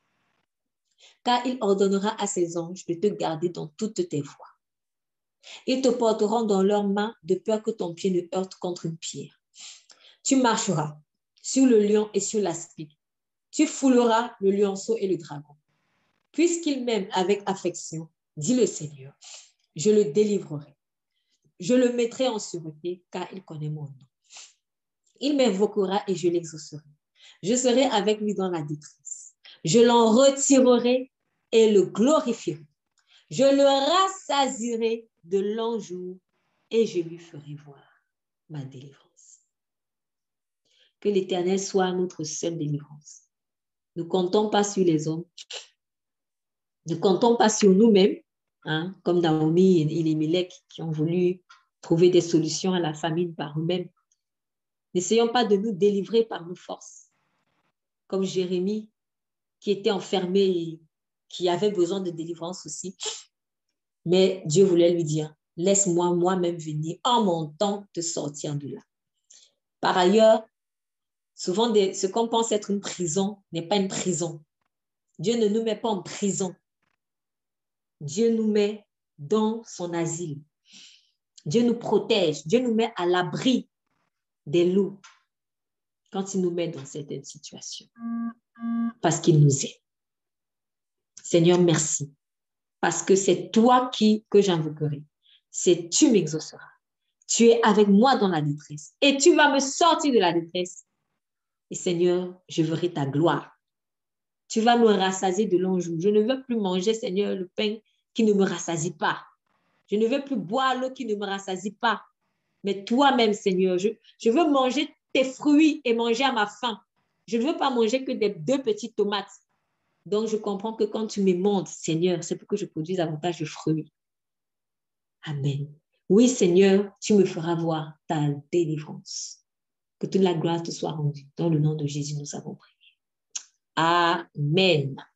car il ordonnera à ses anges de te garder dans toutes tes voies. Ils te porteront dans leurs mains de peur que ton pied ne heurte contre une pierre. Tu marcheras sur le lion et sur l'aspic. Tu fouleras le lionceau et le dragon. Puisqu'il m'aime avec affection, dit le Seigneur, je le délivrerai. Je le mettrai en sûreté, car il connaît mon nom. Il m'invoquera et je l'exaucerai. Je serai avec lui dans la détresse. Je l'en retirerai et le glorifierai. Je le rassasierai de longs jours et je lui ferai voir ma délivrance. Que l'Éternel soit notre seule délivrance. Ne comptons pas sur les hommes. Ne comptons pas sur nous-mêmes, hein, comme Naomi et Elimelech qui ont voulu trouver des solutions à la famine par eux-mêmes. N'essayons pas de nous délivrer par nos forces. Comme Jérémie qui était enfermé et qui avait besoin de délivrance aussi. Mais Dieu voulait lui dire, laisse-moi moi-même venir en mon temps te sortir de là. Par ailleurs, souvent des, ce qu'on pense être une prison n'est pas une prison. Dieu ne nous met pas en prison. Dieu nous met dans son asile. Dieu nous protège. Dieu nous met à l'abri des loups quand il nous met dans certaines situations. Parce qu'il nous aime. Seigneur, merci. Parce que c'est toi qui, que j'invoquerai. C'est tu m'exauceras. Tu es avec moi dans la détresse. Et tu vas me sortir de la détresse. Et Seigneur, je verrai ta gloire. Tu vas me rassasier de longs jours. Je ne veux plus manger, Seigneur, le pain qui ne me rassasie pas. Je ne veux plus boire l'eau qui ne me rassasie pas. mais toi-même, Seigneur, je, je veux manger tes fruits et manger à ma faim. Je ne veux pas manger que des deux petites tomates. Donc, je comprends que quand tu me montres, Seigneur, c'est pour que je produise davantage de fruits. Amen. Oui, Seigneur, tu me feras voir ta délivrance. Que toute la gloire te soit rendue. Dans le nom de Jésus, nous avons prié. Amen.